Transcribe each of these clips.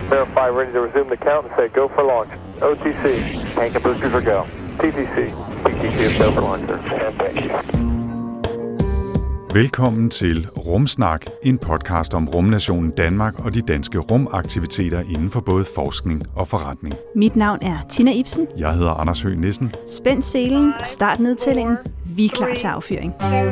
Verify, ready to resume the count and say go for launch. OTC, tank and boosters are go. TTC, TTC is go for launch, sir. And thank you. Velkommen til Rumsnak, en podcast om rumnationen Danmark og de danske rumaktiviteter inden for både forskning og forretning. Mit navn er Tina Ibsen. Jeg hedder Anders Høgh Nissen. Spænd selen og start nedtællingen. Vi er klar til affyring. 2, 1, 0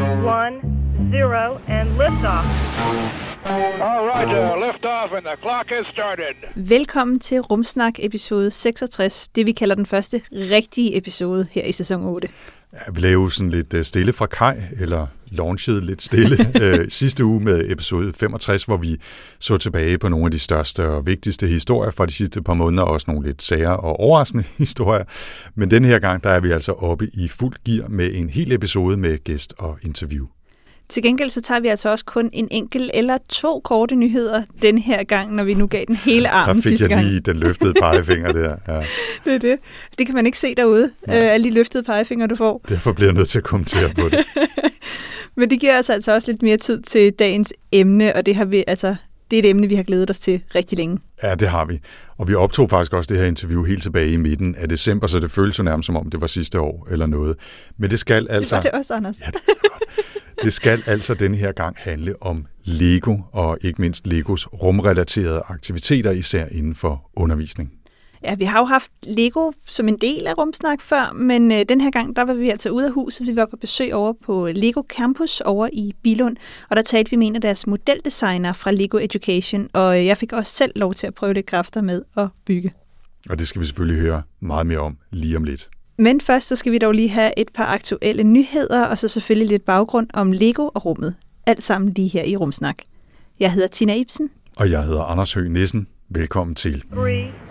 and liftoff. All right, lift-off and the clock is started. Velkommen til Rumsnak episode 66, det vi kalder den første rigtige episode her i sæson 8. Ja, vi lavede sådan lidt stille fra kaj, eller launchede lidt stille sidste uge med episode 65, hvor vi så tilbage på nogle af de største og vigtigste historier fra de sidste par måneder, også nogle lidt sære og overraskende historier. Men den her gang, der er vi altså oppe i fuld gear med en hel episode med gæst og interview. Til gengæld så tager vi altså også kun en enkelt eller to korte nyheder den her gang, når vi nu gav den hele armen sidste gang. Der fik jeg lige den løftede pegefinger der. Ja. Det er det. Det kan man ikke se derude, alle de løftede pegefinger, du får. Derfor bliver jeg nødt til at kommentere på det. Men det giver os altså også lidt mere tid til dagens emne, og det er et emne, vi har glædet os til rigtig længe. Ja, det har vi. Og vi optog faktisk også det her interview helt tilbage i midten af december, så det føles jo nærmest som om det var sidste år eller noget. Men det skal altså... Det var det også, Anders. Ja, det var godt. Det skal altså denne her gang handle om Lego, og ikke mindst Legos rumrelaterede aktiviteter, især inden for undervisning. Ja, vi har jo haft Lego som en del af Rumsnak før, men den her gang, der var vi altså ude af huset. Vi var på besøg over på Lego Campus over i Billund, og der talte vi med en af deres modeldesigner fra Lego Education, og jeg fik også selv lov til at prøve lidt kræfter med at bygge. Og det skal vi selvfølgelig høre meget mere om lige om lidt. Men først så skal vi dog lige have et par aktuelle nyheder, og så selvfølgelig lidt baggrund om Lego og rummet. Alt sammen lige her i Rumsnak. Jeg hedder Tina Ibsen. Og jeg hedder Anders Høgh Nissen. Velkommen til. 3, 2, 1, 0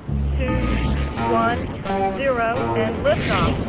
and liftoff.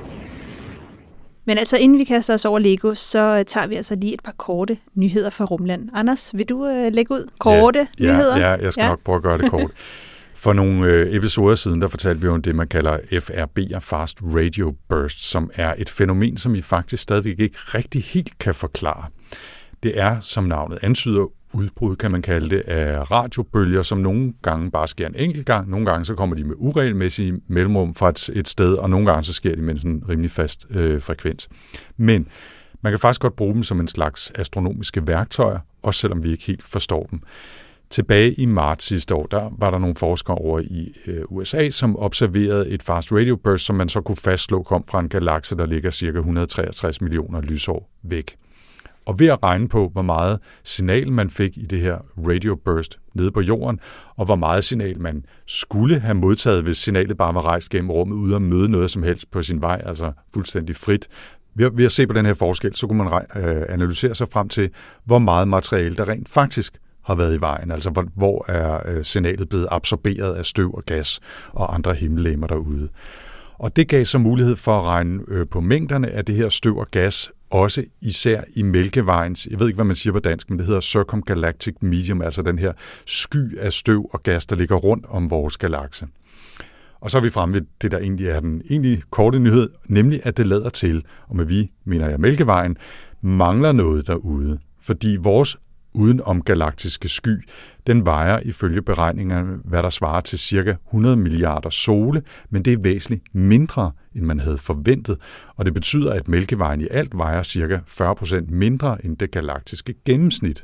Men altså inden vi kaster os over Lego, så tager vi altså lige et par korte nyheder fra Rumland. Anders, vil du lægge ud korte nyheder? Ja, jeg skal nok prøve at gøre det kort. For nogle episoder siden, der fortalte vi jo om det, man kalder FRB, Fast Radio Burst, som er et fænomen, som vi faktisk stadigvæk ikke rigtig helt kan forklare. Det er, som navnet antyder, udbrud, kan man kalde det, af radiobølger, som nogle gange bare sker en enkelt gang. Nogle gange så kommer de med uregelmæssige mellemrum fra et sted, og nogle gange så sker de med en sådan rimelig fast frekvens. Men man kan faktisk godt bruge dem som en slags astronomiske værktøjer, også selvom vi ikke helt forstår dem. Tilbage i marts sidste år, der var der nogle forskere over i USA, som observerede et fast radio burst, som man så kunne fastslå kom fra en galakse, der ligger ca. 163 millioner lysår væk. Og ved at regne på, hvor meget signal man fik i det her radio burst nede på jorden, og hvor meget signal man skulle have modtaget, hvis signalet bare var rejst gennem rummet, uden at møde noget som helst på sin vej, altså fuldstændig frit. Ved at se på den her forskel, så kunne man analysere sig frem til, hvor meget materiale der rent faktisk har været i vejen, altså hvor er signalet blevet absorberet af støv og gas og andre himmellegemer derude. Og det gav så mulighed for at regne på mængderne af det her støv og gas, også især i Mælkevejens, jeg ved ikke, hvad man siger på dansk, men det hedder Circumgalactic Medium, altså den her sky af støv og gas, der ligger rundt om vores galakse. Og så er vi fremme ved det, der egentlig er den egentlig korte nyhed, nemlig at det lader til, og med vi, mener jeg Mælkevejen, mangler noget derude, fordi vores udenom galaktiske sky, den vejer ifølge beregningerne, hvad der svarer til ca. 100 milliarder sole, men det er væsentligt mindre, end man havde forventet, og det betyder, at Mælkevejen i alt vejer ca. 40% mindre end det galaktiske gennemsnit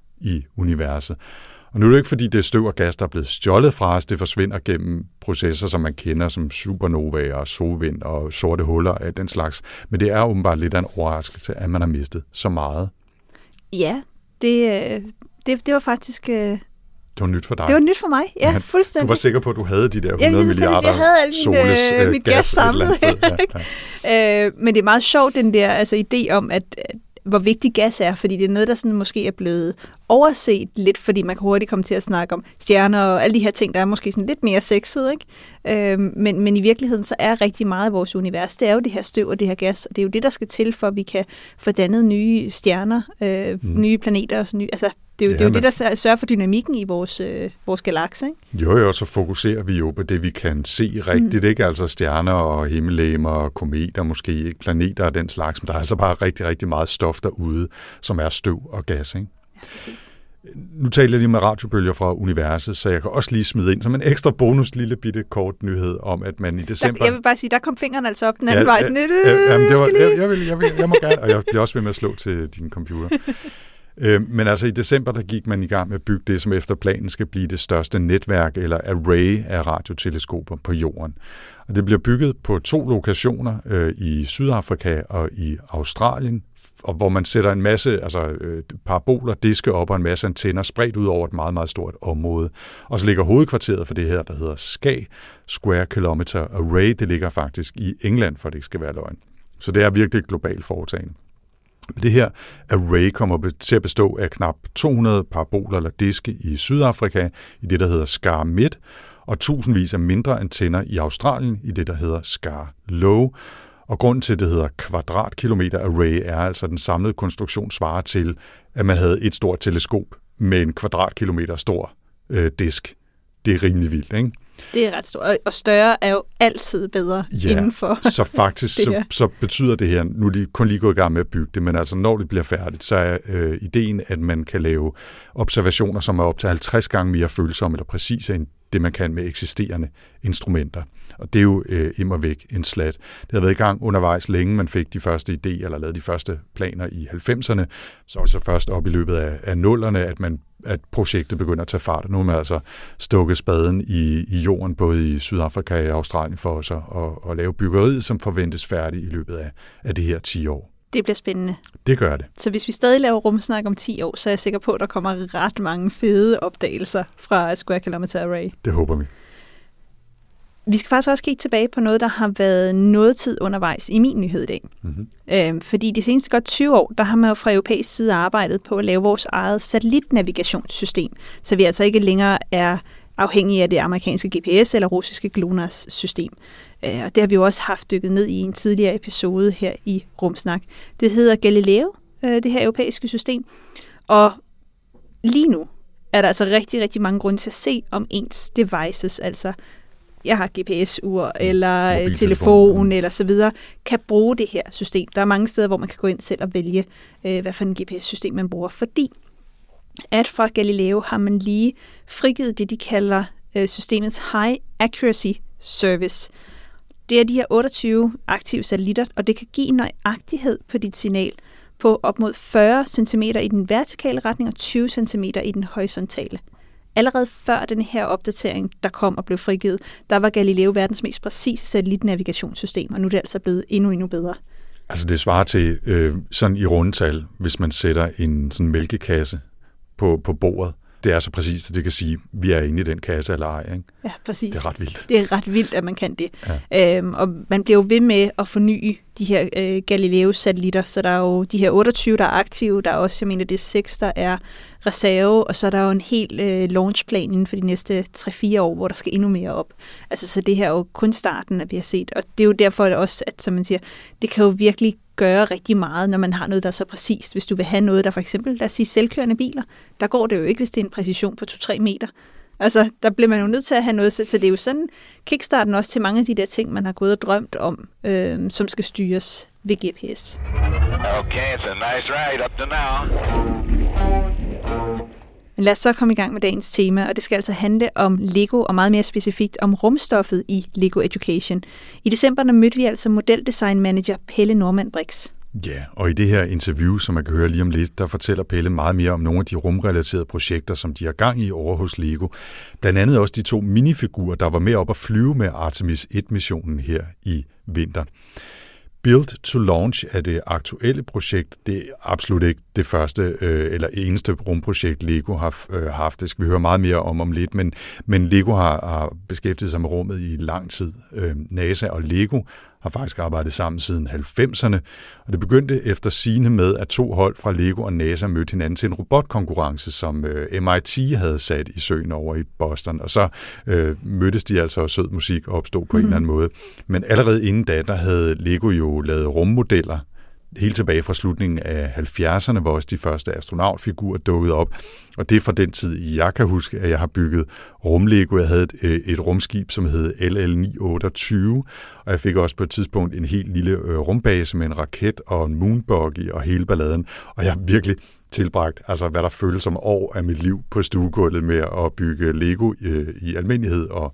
i universet. Og nu er det ikke, fordi det er støv og gas, der er blevet stjålet fra os, det forsvinder gennem processer, som man kender som supernovaer og solvind og sorte huller af den slags, men det er åbenbart lidt af en overraskelse, at man har mistet så meget. Ja, det var faktisk... Det var nyt for dig. Det var nyt for mig, ja, fuldstændig. Du var sikker på, at du havde de der 100 milliarder jeg havde mit gas samlet. Ja. Men det er meget sjovt, den der idé om, at hvor vigtig gas er, fordi det er noget, der sådan måske er blevet overset lidt, fordi man kan hurtigt komme til at snakke om stjerner og alle de her ting, der er måske sådan lidt mere sexet, ikke? Men i virkeligheden, så er rigtig meget af vores univers, det er jo det her støv og det her gas, og det er jo det, der skal til, for at vi kan få dannet nye stjerner, nye planeter og sådan nye, altså det er jo det, der sørger for dynamikken i vores galakse, ikke? Jo, så fokuserer vi jo på det, vi kan se rigtigt, ikke? Altså stjerner og himmellegemer og kometer, måske ikke planeter og den slags, men der er altså bare rigtig, rigtig meget stof derude, som er støv og gas, ikke? Ja, præcis. Nu taler jeg lige med radiobølger fra universet, så jeg kan også lige smide ind som en ekstra bonus lille bitte kort nyhed om, at man i december... Jeg vil bare sige, der kom fingeren altså op den anden vej. Jeg må gerne, og jeg bliver også ved med at slå til din computer. Men altså i december, der gik man i gang med at bygge det, som efter planen skal blive det største netværk eller array af radioteleskoper på jorden. Og det bliver bygget på 2 lokationer i Sydafrika og i Australien, og hvor man sætter en masse paraboler, diske op og en masse antenner spredt ud over et meget, meget stort område. Og så ligger hovedkvarteret for det her, der hedder SKA, Square Kilometer Array. Det ligger faktisk i England, for det ikke skal være løgn. Så det er virkelig et globalt foretagende. Det her array kommer til at bestå af knap 200 paraboler eller diske i Sydafrika, i det, der hedder SCAR Mid, og tusindvis af mindre antenner i Australien, i det, der hedder SCAR Low. Og grunden til, at det hedder kvadratkilometer array, er altså, den samlede konstruktion svarer til, at man havde et stort teleskop med en kvadratkilometer stor disk. Det er rimelig vildt, ikke? Det er ret stort, og større er jo altid bedre inden for så faktisk så betyder det her, nu er de kun lige gået i gang med at bygge det, men altså når det bliver færdigt, så er ideen, at man kan lave observationer, som er op til 50 gange mere følsomme eller præcise end det, man kan med eksisterende instrumenter. Og det er jo immer væk en slat. Det har været i gang undervejs længe, man fik de første idéer, eller lavede de første planer i 90'erne, så først op i løbet af 0'erne, at projektet begynder at tage fart. Nu har man altså stukket spaden i jorden, både i Sydafrika og i Australien, for os at lave byggeriet, som forventes færdigt i løbet af det her 10 år. Det bliver spændende. Det gør det. Så hvis vi stadig laver rumsnak om 10 år, så er jeg sikker på, at der kommer ret mange fede opdagelser fra Square Kilometer Array. Det håber vi. Vi skal faktisk også kigge tilbage på noget, der har været noget tid undervejs i min nyhed i dag. Mm-hmm. Fordi de seneste godt 20 år, der har man jo fra europæisk side arbejdet på at lave vores eget satellitnavigationssystem, så vi altså ikke længere er afhængige af det amerikanske GPS eller russiske GLONASS-system. Og det har vi jo også haft dykket ned i en tidligere episode her i Rumsnak. Det hedder Galileo, det her europæiske system. Og lige nu er der altså rigtig, rigtig mange grunde til at se, om ens devices, altså jeg har GPS-ur eller telefon eller så videre, kan bruge det her system. Der er mange steder, hvor man kan gå ind selv og vælge, hvad for en GPS-system man bruger, fordi at fra Galileo har man lige frigivet det, de kalder systemets High Accuracy Service. Det er de her 28 aktive satellitter, og det kan give nøjagtighed på dit signal på op mod 40 cm i den vertikale retning og 20 cm i den horisontale. Allerede før den her opdatering, der kom og blev frigivet, der var Galileo verdens mest præcise satellitnavigationssystem, og nu er det altså blevet endnu bedre. Altså det svarer til sådan i rundetal, hvis man sætter en sådan mælkekasse på bordet. Det er så præcist, at det kan sige, at vi er inde i den kasse eller ej. Ikke? Ja, præcis. Det er ret vildt. Det er ret vildt, at man kan det. Ja. Og man bliver jo ved med at forny de her Galileo-satellitter, så der er jo de her 28, der er aktive, der er også, jeg mener, det er 6, der er reserve, og så er der jo en hel launchplan inden for de næste 3-4 år, hvor der skal endnu mere op. Altså, så det her er jo kun starten, at vi har set, og det er jo derfor også, at som man siger, det kan jo virkelig gøre rigtig meget, når man har noget, der er så præcist. Hvis du vil have noget, der for eksempel, lad os sige, selvkørende biler, der går det jo ikke, hvis det er en præcision på 2-3 meter. Altså, der bliver man jo nødt til at have noget, så det er jo sådan kickstarten også til mange af de der ting, man har gået og drømt om, som skal styres ved GPS. Okay, it's a nice ride up to now. Men lad os så komme i gang med dagens tema, og det skal altså handle om Lego, og meget mere specifikt om rumstoffet i Lego Education. I december der mødte vi altså modeldesignmanager Pelle Normann Brix. Ja, og i det her interview, som man kan høre lige om lidt, der fortæller Pelle meget mere om nogle af de rumrelaterede projekter, som de har gang i over hos Lego. Blandt andet også de 2 minifigurer, der var med op at flyve med Artemis 1-missionen her i vinter. Build to Launch er det aktuelle projekt. Det er absolut ikke det første eller eneste rumprojekt, Lego har haft. Det skal vi høre meget mere om lidt, men Lego har beskæftiget sig med rummet i lang tid. NASA og Lego har faktisk arbejdet sammen siden 90'erne, og det begyndte efter sigende med, at 2 hold fra Lego og NASA mødte hinanden til en robotkonkurrence, som MIT havde sat i søen over i Boston, og så mødtes de altså, og sød musik opstod på en eller anden måde. Men allerede inden da, der havde Lego jo lavet rummodeller, helt tilbage fra slutningen af 70'erne, hvor også de første astronautfigurer dukkede op. Og det er fra den tid, jeg kan huske, at jeg har bygget rumlego. Jeg havde et rumskib, som hed LL928, og jeg fik også på et tidspunkt en helt lille rumbase med en raket og en moonbuggy og hele balladen. Og jeg tilbragt, altså hvad der føles som år af mit liv på stuegulvet med at bygge Lego i almindelighed og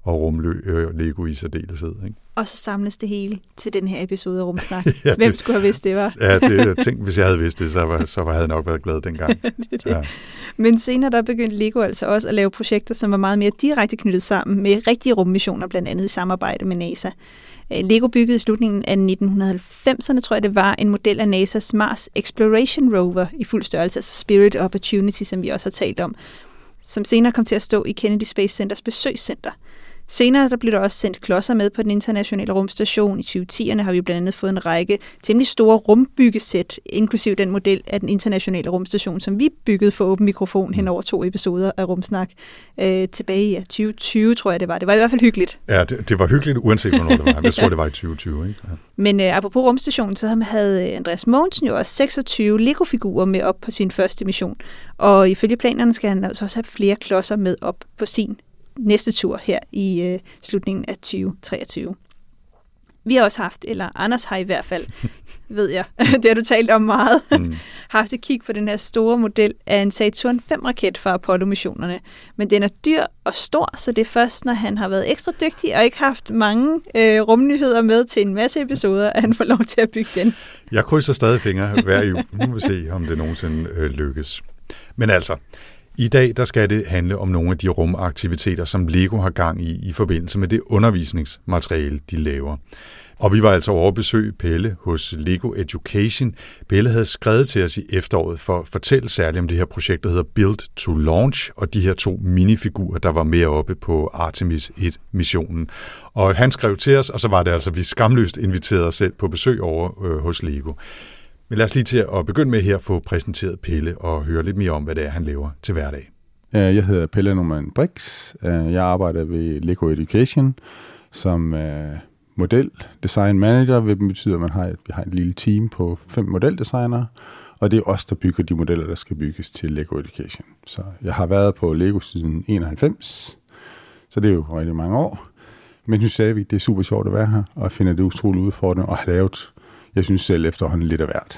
Lego i særdeleshed. Ikke? Og så samles det hele til den her episode af Rumsnak. Ja, hvem skulle have vidst det, var? Ja, tænk, hvis jeg havde vidst det, så havde jeg nok været glad dengang. det. Ja. Men senere der begyndte Lego altså også at lave projekter, som var meget mere direkte knyttet sammen med rigtige rummissioner, blandt andet i samarbejde med NASA. Lego byggede i slutningen af 1990'erne, tror jeg det var, en model af NASA's Mars Exploration Rover i fuld størrelse, altså Spirit Opportunity, som vi også har talt om, som senere kom til at stå i Kennedy Space Centers besøgscenter. Senere der blev der også sendt klodser med på den internationale rumstation. I 2010'erne har vi blandt andet fået en række temmelig store rumbyggesæt, inklusiv den model af den internationale rumstation, som vi byggede for åben mikrofon hen over 2 episoder af Rumsnak tilbage i 2020, tror jeg det var. Det var i hvert fald hyggeligt. Ja, det var hyggeligt, uanset hvornår det var. Jeg tror, det var i 2020. Ikke? Ja. Men apropos rumstationen, så havde Andreas Mogensen jo også 26 Lego-figurer med op på sin første mission. Og ifølge planerne skal han også have flere klodser med op på sin næste tur her i slutningen af 2023. Vi har også haft, eller Anders har i hvert fald, ved jeg, det har du talt om meget, haft et kig på den her store model af en Saturn V-raket fra Apollo-missionerne. Men den er dyr og stor, så det er først, når han har været ekstra dygtig og ikke haft mange rumnyheder med til en masse episoder, at han får lov til at bygge den. Jeg krydser stadig fingre hver uge. Nu vil vi se, om det nogensinde lykkes. Men altså, i dag der skal det handle om nogle af de rumaktiviteter, som Lego har gang i forbindelse med det undervisningsmateriale, de laver. Og vi var altså over at besøge Pelle hos Lego Education. Pelle havde skrevet til os i efteråret for at fortælle særligt om det her projekt, der hedder Build to Launch, og de her 2 minifigurer, der var mere oppe på Artemis 1-missionen. Og han skrev til os, og så var det altså, vi skamløst inviterede os selv på besøg over hos Lego. Men lad os lige til at begynde med her at få præsenteret Pelle og høre lidt mere om, hvad det er, han laver til hverdag. Jeg hedder Pelle Norman Brix. Jeg arbejder ved Lego Education som model design manager, hvilket betyder, at vi har et lille team på 5 modeldesignere, og det er os, der bygger de modeller, der skal bygges til Lego Education. Så jeg har været på Lego siden 91, så det er jo rigtig mange år. Men nu sagde vi, det er super sjovt at være her, og jeg finder det utroligt udfordrende at have lavet, jeg synes selv efterhånden lidt af hvert.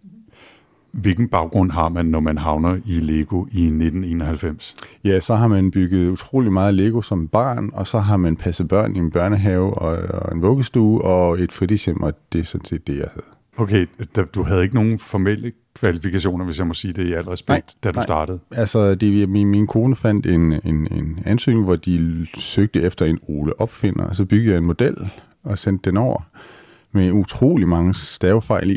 Hvilken baggrund har man, når man havner i Lego i 1991? Ja, så har man bygget utrolig meget Lego som barn, og så har man passet børn i en børnehave og en vuggestue og et fritidshjem, og det er sådan set det, jeg havde. Okay, du havde ikke nogen formelle kvalifikationer, hvis jeg må sige det i al respekt, da du startede? Altså, min kone fandt en ansøgning, hvor de søgte efter en Ole opfinder, og så byggede jeg en model og sendte den over med utrolig mange stavefejl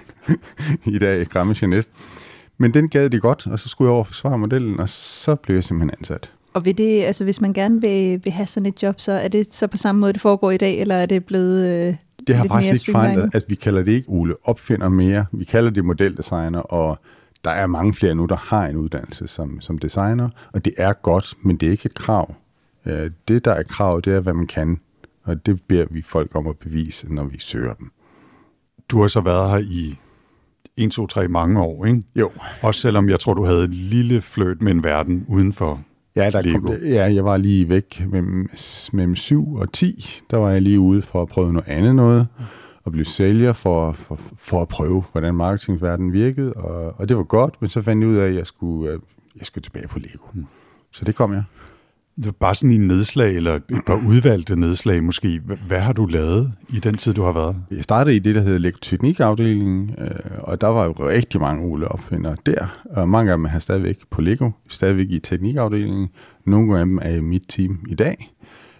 i dag, Grammatica næst. Men den gad de godt, og så skulle jeg over forsvare modellen, og så blev jeg simpelthen ansat. Og ved det, altså hvis man gerne vil have sådan et job, så er det så på samme måde, det foregår i dag, eller er det blevet det har faktisk ikke forandret, at vi kalder det ikke Ole opfinder mere. Vi kalder det modeldesigner, og der er mange flere nu, der har en uddannelse som designer, og det er godt, men det er ikke et krav. Det, der er krav, det er, hvad man kan, og det beder vi folk om at bevise, når vi søger dem. Du har så været her i 1, 2, 3 mange år, ikke? Jo. Også selvom jeg tror, du havde en lille fløjt med en verden uden for Lego. Jeg var lige væk mellem 7 og 10. Der var jeg lige ude for at prøve noget andet noget, og blive sælger for at prøve, hvordan marketingsverdenen virkede, og det var godt, men så fandt jeg ud af, at jeg skulle tilbage på Lego. Så det kom jeg. Det var bare sådan en nedslag, eller et par udvalgte nedslag måske. Hvad har du lavet i den tid, du har været? Jeg startede i det, der hedder Lego Teknikafdelingen, og der var jo rigtig mange Ole-opfindere der, og mange af dem er stadigvæk på Lego, stadigvæk i Teknikafdelingen. Nogle af dem er i mit team i dag.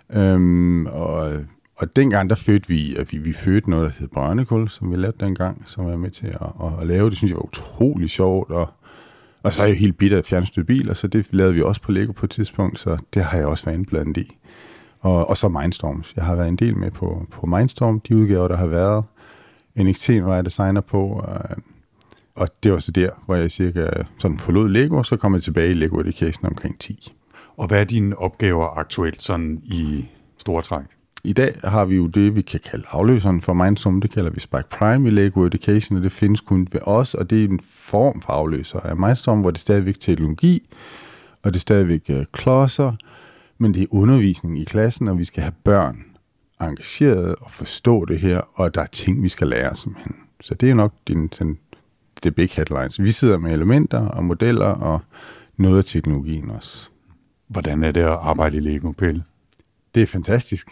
Og dengang, der fødte vi fødte noget, der hed børnekul, som vi lavede dengang, som jeg var med til at lave. Det synes jeg var utrolig sjovt, og så er jeg jo helt bitter af fjernstyrede biler, så det lavede vi også på Lego på et tidspunkt, så det har jeg også været indblandet i. Og så Mindstorms. Jeg har været en del med på Mindstorm, de udgaver, der har været. NXT var jeg designer på, og det var så der, hvor jeg cirka sådan forlod Lego, så kom jeg tilbage i Lego Education omkring 10. Og hvad er dine opgaver aktuelt sådan i store træk? I dag har vi jo det, vi kan kalde afløseren for Mindstorm. Det kalder vi Spike Prime i Lego Education, og det findes kun ved os, og det er en form for afløser af Mindstorm, hvor det er stadigvæk teknologi, og det er stadigvæk klodser, men det er undervisning i klassen, og vi skal have børn engageret og forstå det her, og der er ting, vi skal lære simpelthen. Så det er nok the big headlines. Vi sidder med elementer og modeller og noget af teknologien også. Hvordan er det at arbejde i Lego, Pelle? Det er fantastisk.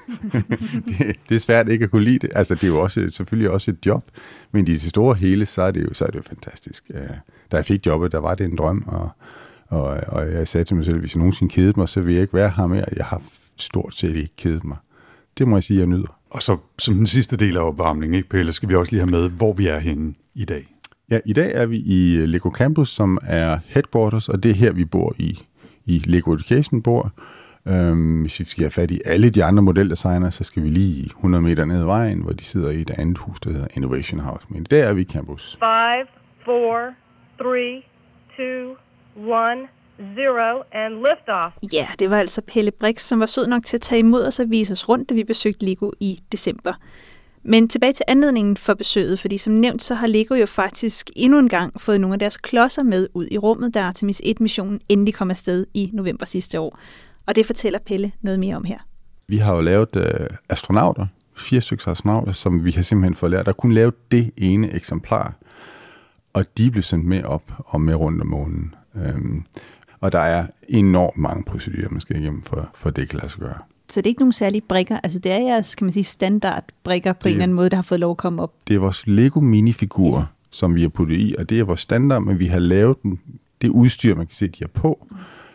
det er svært ikke at kunne lide det. Altså, det er jo også, selvfølgelig også et job, men i det store hele, så er det jo fantastisk. Da jeg fik jobbet, der var det en drøm, og jeg sagde til mig selv, hvis jeg nogensinde kedede mig, så vil jeg ikke være her mere. Jeg har stort set ikke kedet mig. Det må jeg sige, jeg nyder. Og så som den sidste del af opvarmningen, ikke, Pelle, skal vi også lige have med, hvor vi er henne i dag. Ja, i dag er vi i Lego Campus, som er headquarters, og det er her, vi bor i Lego Education bor. Hvis vi skal have fat i alle de andre modeldesignere, så skal vi lige 100 meter ned ad vejen, hvor de sidder i et andet hus, der hedder Innovation House. Men der er vi i campus. 5, 4, 3, 2, 1, 0, and liftoff. Ja, det var altså Pelle Brix, som var sød nok til at tage imod os og vise os rundt, da vi besøgte Lego i december. Men tilbage til anledningen for besøget, fordi som nævnt, så har Lego jo faktisk endnu en gang fået nogle af deres klodser med ud i rummet, da Artemis 1-missionen endelig kom afsted i november sidste år. Og det fortæller Pelle noget mere om her. Vi har jo lavet astronauter, 4 stykker astronauter, som vi har simpelthen fået lært, der kunne lave det ene eksemplar. Og de blev sendt med op og med rundt om månen. Og der er enormt mange procedurer, man skal igennem, for det kan lade sig gøre. Så det er ikke nogen særlige brikker? Altså det er jeres, kan man sige, standardbrikker på en eller anden måde, der har fået lov at komme op? Det er vores Lego minifigurer, som vi har puttet i, og det er vores standard, men vi har lavet dem. Det udstyr, man kan se, de er på,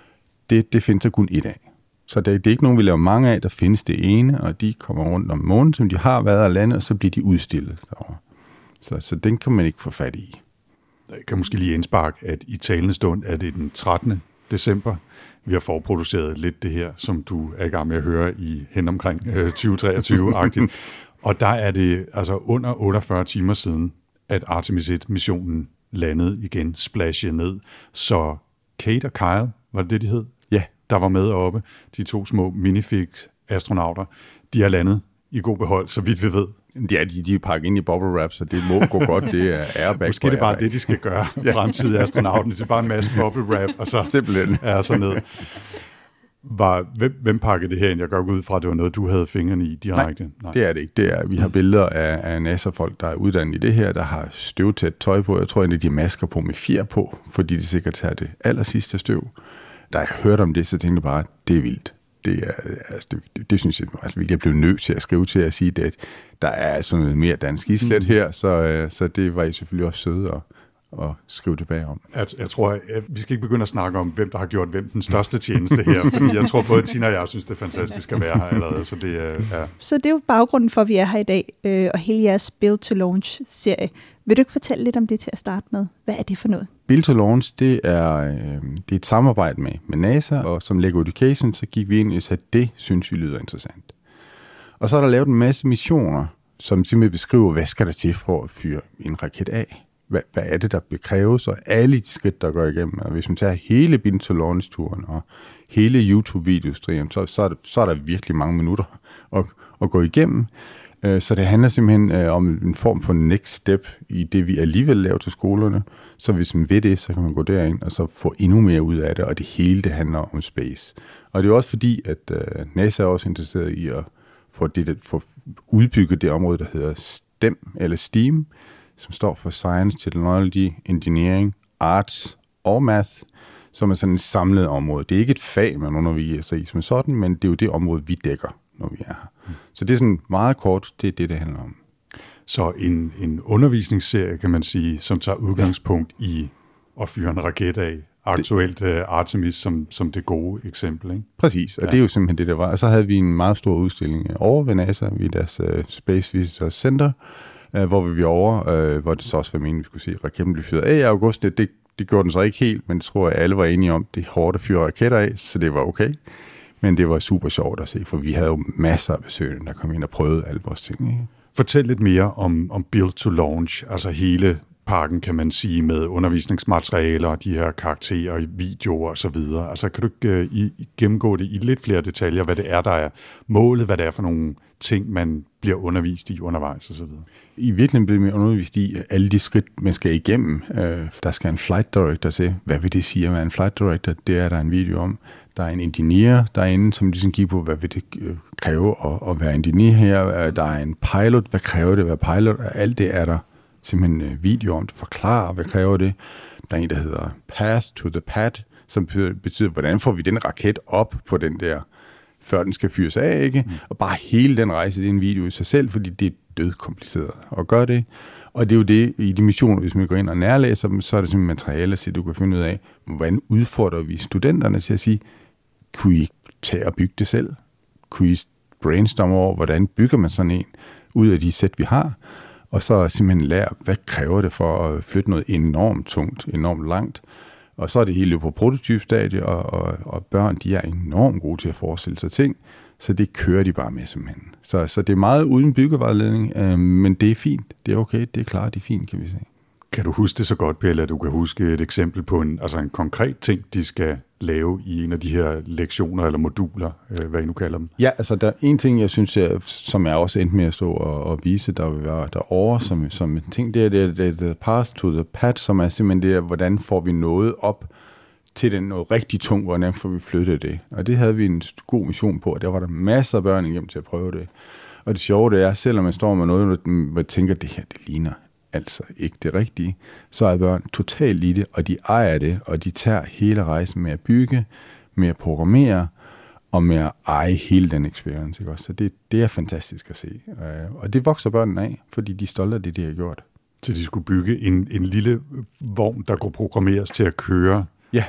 det findes der kun et af. Så det er ikke nogen, vi laver mange af. Der findes det ene, og de kommer rundt om månen, som de har været og landet, og så bliver de udstillet derovre. Så den kan man ikke få fat i. Jeg kan måske lige indsparke, at i talende stund er det den 13. december. Vi har forproduceret lidt det her, som du er i gang med at høre i hen omkring 2023-agtigt. Og der er det altså under 48 timer siden, at Artemis 1-missionen landede igen, splashede ned. Så Kate og Kyle, var det de hed? Ja. Der var med oppe, de 2 små minifig-astronauter. De har landet i god behold, så vidt vi ved. Ja, de er pakket ind i bubble wrap, så det må gå godt. Det er airbag. Måske det er bare det, de skal gøre. Fremtidige astronauten, det er bare en masse bubble wrap, og så simpelthen er så ned. Hvem pakkede det her ind? Jeg går ud fra, at det var noget, du havde fingrene i direkte. Nej, det er det ikke. Vi har billeder af NASA-folk, der er uddannet i det her, der har støvtæt tøj på. Jeg tror egentlig, de har masker på med fjer på, fordi de sikkert tager det allersidste støv. Da jeg hørte om det, så tænkte jeg bare, det er vildt. Det synes jeg, altså, jeg blev nødt til at skrive til at sige, at der er sådan noget mere dansk islet her, så det var I selvfølgelig også søde at skrive tilbage om. Jeg tror, vi skal ikke begynde at snakke om, hvem der har gjort hvem den største tjeneste her, fordi jeg tror både Tina og jeg synes, det er fantastisk at være her allerede. Så det er jo baggrunden for, at vi er her i dag, og hele jeres Build to Launch-serie. Vil du ikke fortælle lidt om det til at starte med? Hvad er det for noget? Build to Launch, det er et samarbejde med NASA, og som Lego Education, så gik vi ind og sagde, det synes vi lyder interessant. Og så er der lavet en masse missioner, som simpelthen beskriver, hvad skal der til for at fyre en raket af? Hvad er det, der bekræves, og alle de skridt, der går igennem. Og hvis man tager hele Build to Launch-turen og hele YouTube-videostrien, så er der virkelig mange minutter at gå igennem. Så det handler simpelthen om en form for next step i det, vi alligevel laver til skolerne. Så hvis man ved det, så kan man gå derind og så få endnu mere ud af det, og det hele det handler om space. Og det er også fordi, at NASA er også interesseret i at få udbygget det område, der hedder STEM, eller STEAM, som står for Science, Technology, Engineering, Arts og Math, som er sådan et samlet område. Det er ikke et fag, man underviser i som sådan, men det er jo det område, vi dækker, når vi er her. Så det er sådan meget kort, det er det handler om. Så en undervisningsserie, kan man sige, som tager udgangspunkt i at fyre en raket af. Aktuelt Artemis som det gode eksempel, ikke? Præcis, og det er jo simpelthen det, der var. Og så havde vi en meget stor udstilling over ved NASA, ved deres Space Visitor Center, hvor vi var over, hvor det så også var meningen, vi skulle se raketten blive fyret af i august. Det gjorde den så ikke helt, men det tror jeg, alle var enige om, det er hårdt at fyre raketter af, så det var okay. Men det var super sjovt at se, for vi havde jo masser af besøgende, der kom ind og prøvede alle vores ting. Ikke? Fortæl lidt mere om Build to Launch, altså hele pakken, kan man sige, med undervisningsmaterialer og de her karakterer, videoer og så videre. Altså kan du ikke gennemgå det i lidt flere detaljer, hvad det er, der er målet, hvad det er for nogle ting, man bliver undervist i undervejs og så videre? I virkeligheden bliver man undervist i alle de skridt, man skal igennem. Der skal en flight director se, hvad vil det sige at være en flight director? Det er der en video om. Der er en engineer derinde, som ligesom giver på, hvad vil det kræve at være engineer her. Der er en pilot, hvad kræver det at være pilot? Alt det er der simpelthen video om det, forklare, hvad kræver det. Der er en, der hedder Path to the Pad, som betyder, hvordan får vi den raket op på den der, før den skal fyres af, ikke? Og bare hele den rejse, det er en video i sig selv, fordi det er dødkompliceret at gøre det. Og det er jo det, i de missioner, hvis man går ind og nærlæser dem, så er det simpelthen materiale, så du kan finde ud af, hvordan udfordrer vi studenterne til at sige, kunne I ikke tage og bygge det selv? Kunne I brainstorme over, hvordan bygger man sådan en ud af de sæt, vi har? Og så simpelthen lære, hvad kræver det for at flytte noget enormt tungt, enormt langt? Og så er det hele på prototypstadie, og børn, de er enormt gode til at forestille sig ting, så det kører de bare med simpelthen. Så det er meget uden byggevejledning, men det er fint, det er okay, det er klart, det er fint, kan vi se. Kan du huske det så godt, Pelle, at du kan huske et eksempel på en konkret ting, de skal lave i en af de her lektioner eller moduler, hvad I nu kalder dem? Ja, altså der er en ting, jeg synes, som jeg også endte med at stå og vise, der vil være derovre som en ting, det er the path to the pad, som er simpelthen det, hvordan får vi noget op til den noget rigtig tung, hvordan får vi flyttet det. Og det havde vi en god mission på, og der var der masser af børn igennem til at prøve det. Og det sjove det er, selvom man står med noget, hvor man tænker, det her, det ligner altså ikke det rigtige, så er børn totalt i det, og de ejer det, og de tager hele rejsen med at bygge, med at programmere, og med at eje hele den experience. Ikke? Så det er fantastisk at se. Og det vokser børnene af, fordi de er stolte af det, de har gjort. Så de skulle bygge en lille vogn, der kunne programmeres til at køre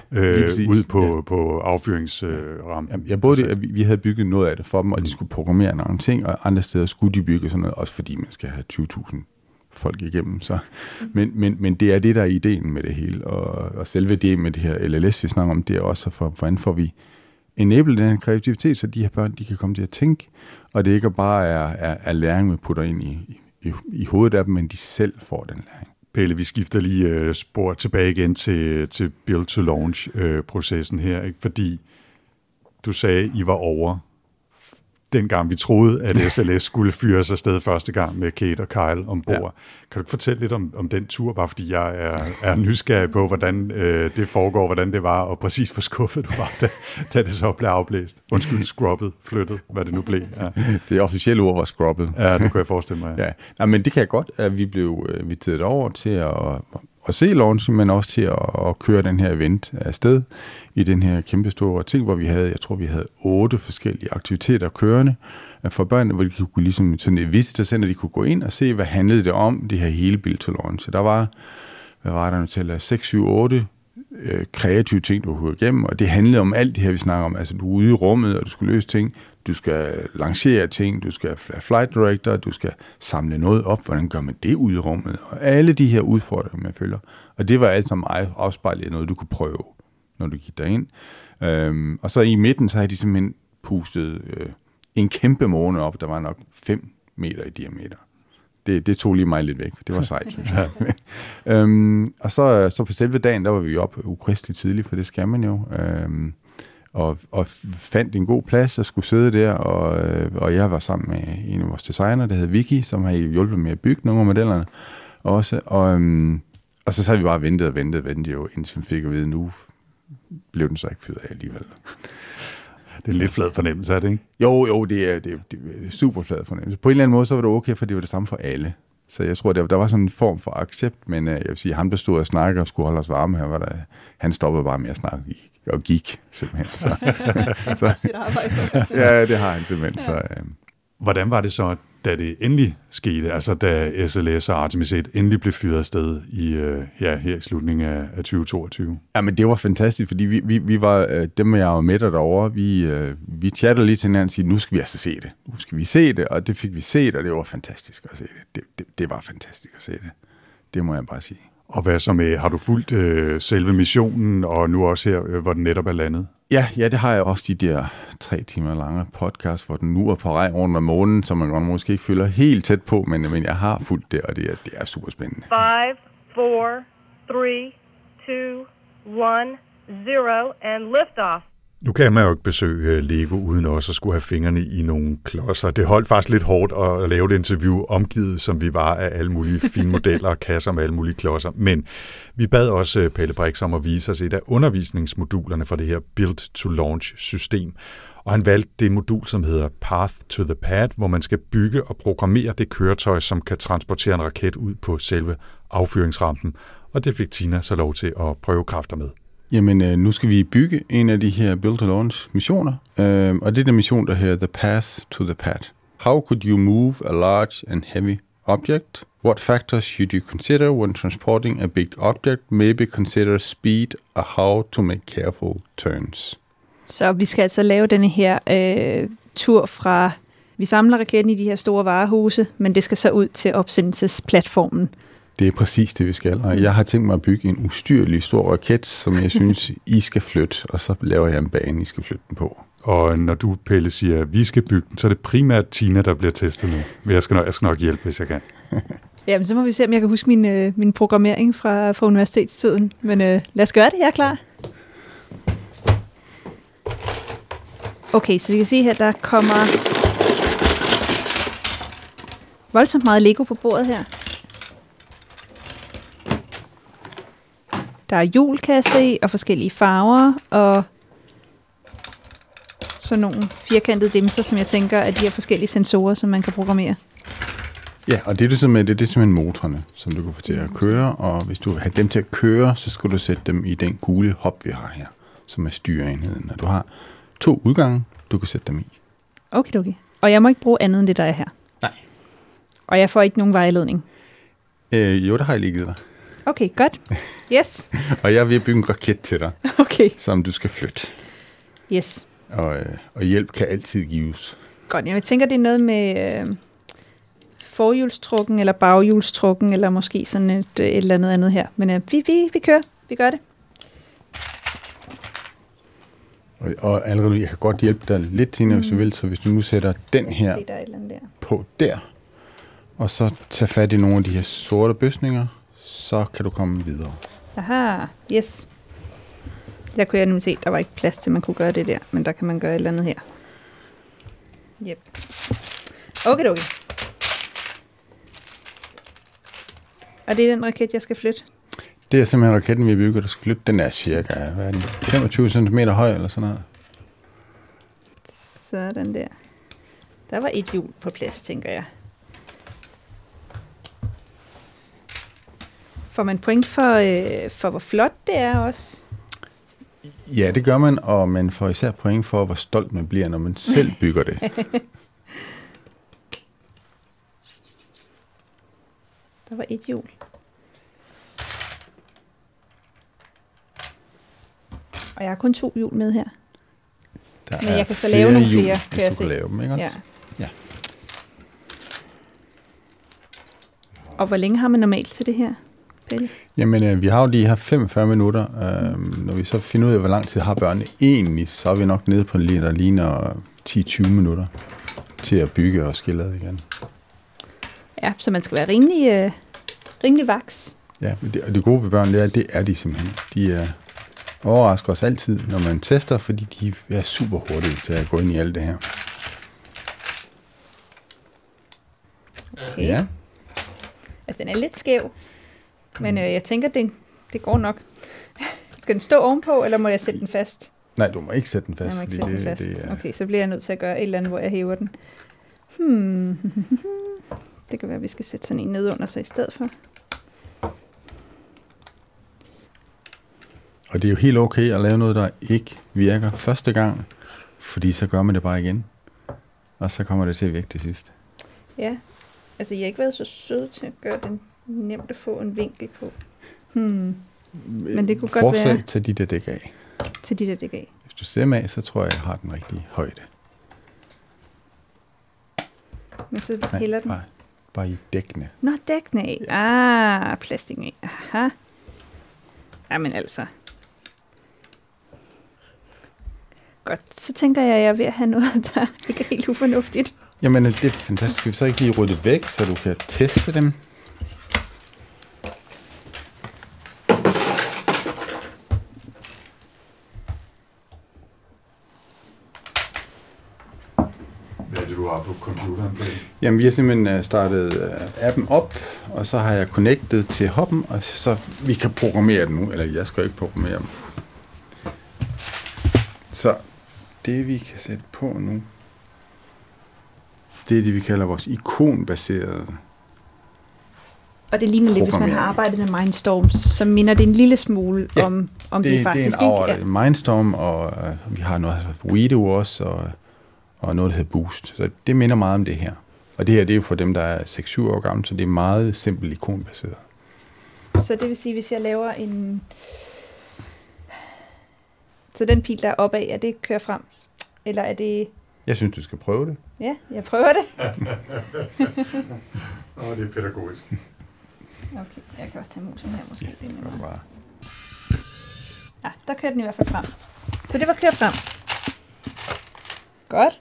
ud på affyringsrampen. Ja, både det, vi havde bygget noget af det for dem, og de skulle programmere nogle ting, og andre steder skulle de bygge sådan noget, også fordi man skal have 20.000 folk igennem. Så. Men det er det, der er ideen med det hele, og selve det med det her LLS, vi snakker om, det er også, hvordan får vi enable den her kreativitet, så de her børn, de kan komme til at tænke, og det ikke bare er læring, vi putter ind i hovedet af dem, men de selv får den læring. Pelle, vi skifter lige spor tilbage igen til Build to Launch-processen her, ikke? Fordi du sagde, I var over dengang vi troede, at SLS skulle fyres afsted første gang med Kate og Kyle ombord. Ja. Kan du ikke fortælle lidt om den tur, bare fordi jeg er nysgerrig på, hvordan det foregår, hvordan det var, og præcis hvor skuffet du var, da det så blev afblæst. Undskyld, scrubbet, flyttet, hvad det nu blev. Ja. Det officielle ord var scrubbet. Ja, det kunne jeg forestille mig. Ja. Ja, men det kan jeg godt, at vi blev inviteret over til at se launchen, men også til at køre den her event afsted i den her kæmpe store ting, hvor jeg tror vi havde 8 forskellige aktiviteter kørende for børnene, hvor de kunne ligesom sådan et visitorcenter, de kunne gå ind og se, hvad handlede det om, det her hele Build to Launch. Så der var, hvad var der nu til, 6, 7, 8 kreative ting, du kunne igennem, og det handlede om alt det her, vi snakker om. Altså, du er ude i rummet, og du skal løse ting, du skal lancere ting, du skal være flight director, du skal samle noget op, hvordan gør man det ude i rummet, og alle de her udfordringer, man følger. Og det var alt sammen afspejlet noget, du kunne prøve, når du gik derind. Og så i midten, så havde de simpelthen pustet en kæmpe måne op, der var nok 5 meter i diameter. Det tog lige mig lidt væk. Det var sejt, synes jeg. Og så på selve dagen, der var vi op ukristeligt tidligt, for det skal man jo. Og fandt en god plads og skulle sidde der, og jeg var sammen med en af vores designer, der hed Vicky, som har hjulpet med at bygge nogle af modellerne også. Og så sad vi bare og ventede jo, indtil vi fik at vide, nu blev den så ikke fyret af alligevel. Det er en lidt flad fornemmelse, er det ikke? Jo, det er super flad fornemmelse. På en eller anden måde, så var det okay, for det var det samme for alle. Så jeg tror, der var sådan en form for accept, men jeg vil sige, ham der stod og snakkede og skulle holde os varme, han stoppede bare med at snakke og gik simpelthen. Så. Ja, det har han simpelthen. Ja. Så, Hvordan var det så, da det endelig skete, altså da SLS og Artemis 1 endelig blev fyret afsted her i slutningen af 2022? Ja, men det var fantastisk, fordi vi var, dem jeg var med derovre, vi chattede lige til hinanden og sige, nu skal vi altså se det. Nu skal vi se det, og det fik vi set, og det var fantastisk at se det. Det var fantastisk at se det. Det må jeg bare sige. Og hvad så med, har du fulgt selve missionen, og nu også her, hvor den netop er landet? Ja, det har jeg også, de der 3 timer lange podcast, hvor den nu er på vej rundt om månen, som man måske ikke føler helt tæt på, men jeg har fulgt det, og det er super spændende. 5, 4, 3, 2, 1, 0, and lift off. Nu kan man jo ikke besøge Lego uden også at skulle have fingrene i nogle klodser. Det holdt faktisk lidt hårdt at lave et interview omgivet, som vi var af alle mulige fine modeller og kasser med alle mulige klodser. Men vi bad også Pelle Brix om at vise os et af undervisningsmodulerne fra det her Build-to-Launch-system. Og han valgte det modul, som hedder Path to the Pad, hvor man skal bygge og programmere det køretøj, som kan transportere en raket ud på selve affyringsrampen. Og det fik Tina så lov til at prøve kræfter med. Jamen, nu skal vi bygge en af de her Build-to-Launch-missioner, og det er den mission, der hedder The Path to the Pad. How could you move a large and heavy object? What factors should you consider when transporting a big object? Maybe consider speed or how to make careful turns. Så vi skal altså lave denne her tur fra... Vi samler raketten i de her store varehuse, men det skal så ud til opsendelsesplatformen. Det er præcis det, vi skal. Og jeg har tænkt mig at bygge en ustyrlig stor raket, som jeg synes, I skal flytte, og så laver jeg en bane, I skal flytte den på. Og når du, Pelle, siger, at vi skal bygge den, så er det primært Tina, der bliver testet nu. Men jeg skal nok hjælpe, hvis jeg kan. Jamen, så må vi se, om jeg kan huske min programmering fra universitetstiden. Men lad os gøre det, jeg er klar. Okay, så vi kan se her, der kommer voldsomt meget Lego på bordet her. Der er hjul, kan jeg se, og forskellige farver, og sådan nogle firkantede dimser, som jeg tænker er de her forskellige sensorer, som man kan programmere. Ja, og det er simpelthen motorerne, som du kan få til at køre, og hvis du vil have dem til at køre, så skal du sætte dem i den gule hop, vi har her, som er styreenheden. Og du har 2 udgange, du kan sætte dem i. Okay. Og jeg må ikke bruge andet end det, der er her? Nej. Og jeg får ikke nogen vejledning? Jo, der har jeg lige givet dig. Okay, godt. Yes. Og jeg er ved at bygge en raket til dig, okay, som du skal flytte. Yes. Og hjælp kan altid gives. Godt, jeg tænker, det er noget med forhjulstrukken eller baghjulstrukken, eller måske sådan et eller andet her. Men vi kører. Vi gør det. Og allerede, jeg kan godt hjælpe dig lidt, Tina, hvis du vil. Så hvis du nu sætter den her på der, og så tager fat i nogle af de her sorte bøsninger, så kan du komme videre. Aha, yes. Der kunne jeg nemlig se, der var ikke plads til, at man kunne gøre det der, men der kan man gøre et eller andet her. Yep. Okay. Og det er den raket, jeg skal flytte? Det er simpelthen raketten, vi bygger, der skal flytte. Den er cirka 25 cm høj eller sådan noget. Sådan der. Der var et hjul på plads, tænker jeg. Får man point for hvor flot det er også? Ja, det gør man, og man får især point for, hvor stolt man bliver, når man selv bygger det. Der var et hjul. Og jeg har kun 2 hjul med her. Men jeg kan så lave nogle flere, kan jeg se. Lave dem, ikke også? Ja. Og hvor længe har man normalt til det her, Pelle? Jamen, vi har jo de her 45 minutter. Når vi så finder ud af, hvor lang tid har børnene egentlig, så er vi nok nede på en der ligner 10-20 minutter til at bygge og skille ad igen. Ja, så man skal være rimelig vaks. Ja, og det gode ved børn, det er de simpelthen. De overrasker os altid, når man tester, fordi de er super hurtige til at gå ind i alt det her. Okay. Ja. Altså, den er lidt skæv, men jeg tænker, det går nok. Skal den stå ovenpå, eller må jeg sætte den fast? Nej, du må ikke sætte den fast. Jeg må ikke sætte den fast. Okay, så bliver jeg nødt til at gøre et eller andet, hvor jeg hæver den. Det kan være, at vi skal sætte sådan en ned under sig i stedet for. Og det er jo helt okay at lave noget, der ikke virker første gang, fordi så gør man det bare igen. Og så kommer det til at virke til sidst. Ja, altså jeg har ikke været så sød til at gøre det nemt at få en vinkel på. Men det kunne godt være... Forslag til de der dæk af. Til de der dæk af. Hvis du ser med, så tror jeg har den rigtige højde. Men så hælder den... Bare i dækkene. Nå, dækkene af. Ja. Plastik af. Aha. Jamen altså. Godt, så tænker jeg er ved at have noget, der ikke er helt ufornuftigt. Jamen, det er fantastisk. Skal vi så ikke lige rydde det væk, så du kan teste dem? det, du har på computeren? Jamen, vi har simpelthen startet appen op, og så har jeg connectet til Hub'en, og så vi kan programmere den nu. Eller jeg skal ikke programmere den. Så det, vi kan sætte på nu, det er det, vi kalder vores ikonbaserede. Og det ligner lidt, hvis man har arbejdet med Mindstorm, så minder det en lille smule om det faktisk. Det er en Mindstorm, og vi har noget, der hedder Weedo også, og noget, der hedder Boost. Så det minder meget om det her. Og det her, det er jo for dem, der er 6-7 år gamle, så det er meget simpelt ikonbaseret. Så det vil sige, hvis jeg laver en... Så den pil, der er opad, er det kører frem? Eller er det... Jeg synes, du skal prøve det. Ja, jeg prøver det. Det er pædagogisk. Okay, jeg kan også tage musen her måske. Ja, det var bare... Ja, der kører den i hvert fald frem. Så det var kørt frem. Godt.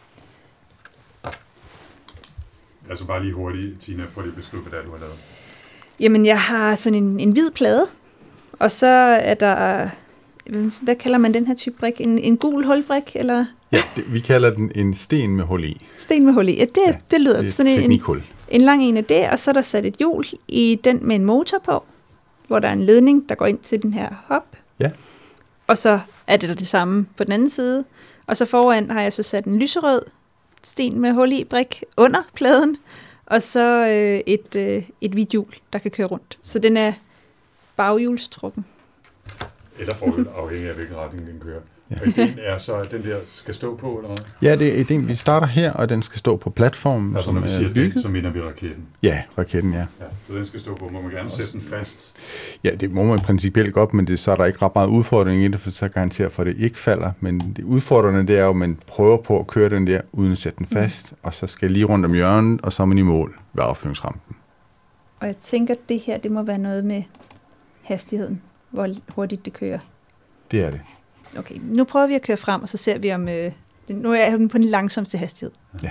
Altså bare lige hurtigt, Tina, prøv lige at beskrive, hvad det er, du har lavet. Jamen, jeg har sådan en hvid plade, og så er der... Hvad kalder man den her type brik? En gul hulbrik, eller? Ja, vi kalder den en sten med hul i. Sten med hul i. Ja, det lyder det sådan en lang en af det, og så er der sat et hjul i den med en motor på, hvor der er en ledning, der går ind til den her hop. Ja. Og så er det samme på den anden side. Og så foran har jeg så sat en lyserød sten med hul i brik under pladen, og så et hvidt hjul, der kan køre rundt. Så den er baghjulstrukken. Eller forhjul, afhængig af hvilken retning den kører. Ja. Og ideen er så, at den der skal stå på, eller hvad? Ja, det er ideen. Vi starter her, og den skal stå på platformen, altså, som når vi siger er bygget. Den, så mener vi raketten. Ja, raketten, ja. Så den skal stå på. Må man gerne sætte den fast? Ja, det må man principielt godt, men så er der ikke ret meget udfordring i det, for så garanterer for, at det ikke falder. Men det udfordrende, det er jo, at man prøver på at køre den der, uden at sætte den fast, og så skal lige rundt om hjørnet, og så er man i mål ved affyringsrampen. Og jeg tænker, at det her, det må være noget med hastigheden, hvor hurtigt det kører. Det er det. Okay, nu prøver vi at køre frem, og så ser vi om... nu er jeg på den langsomste hastighed. Ja.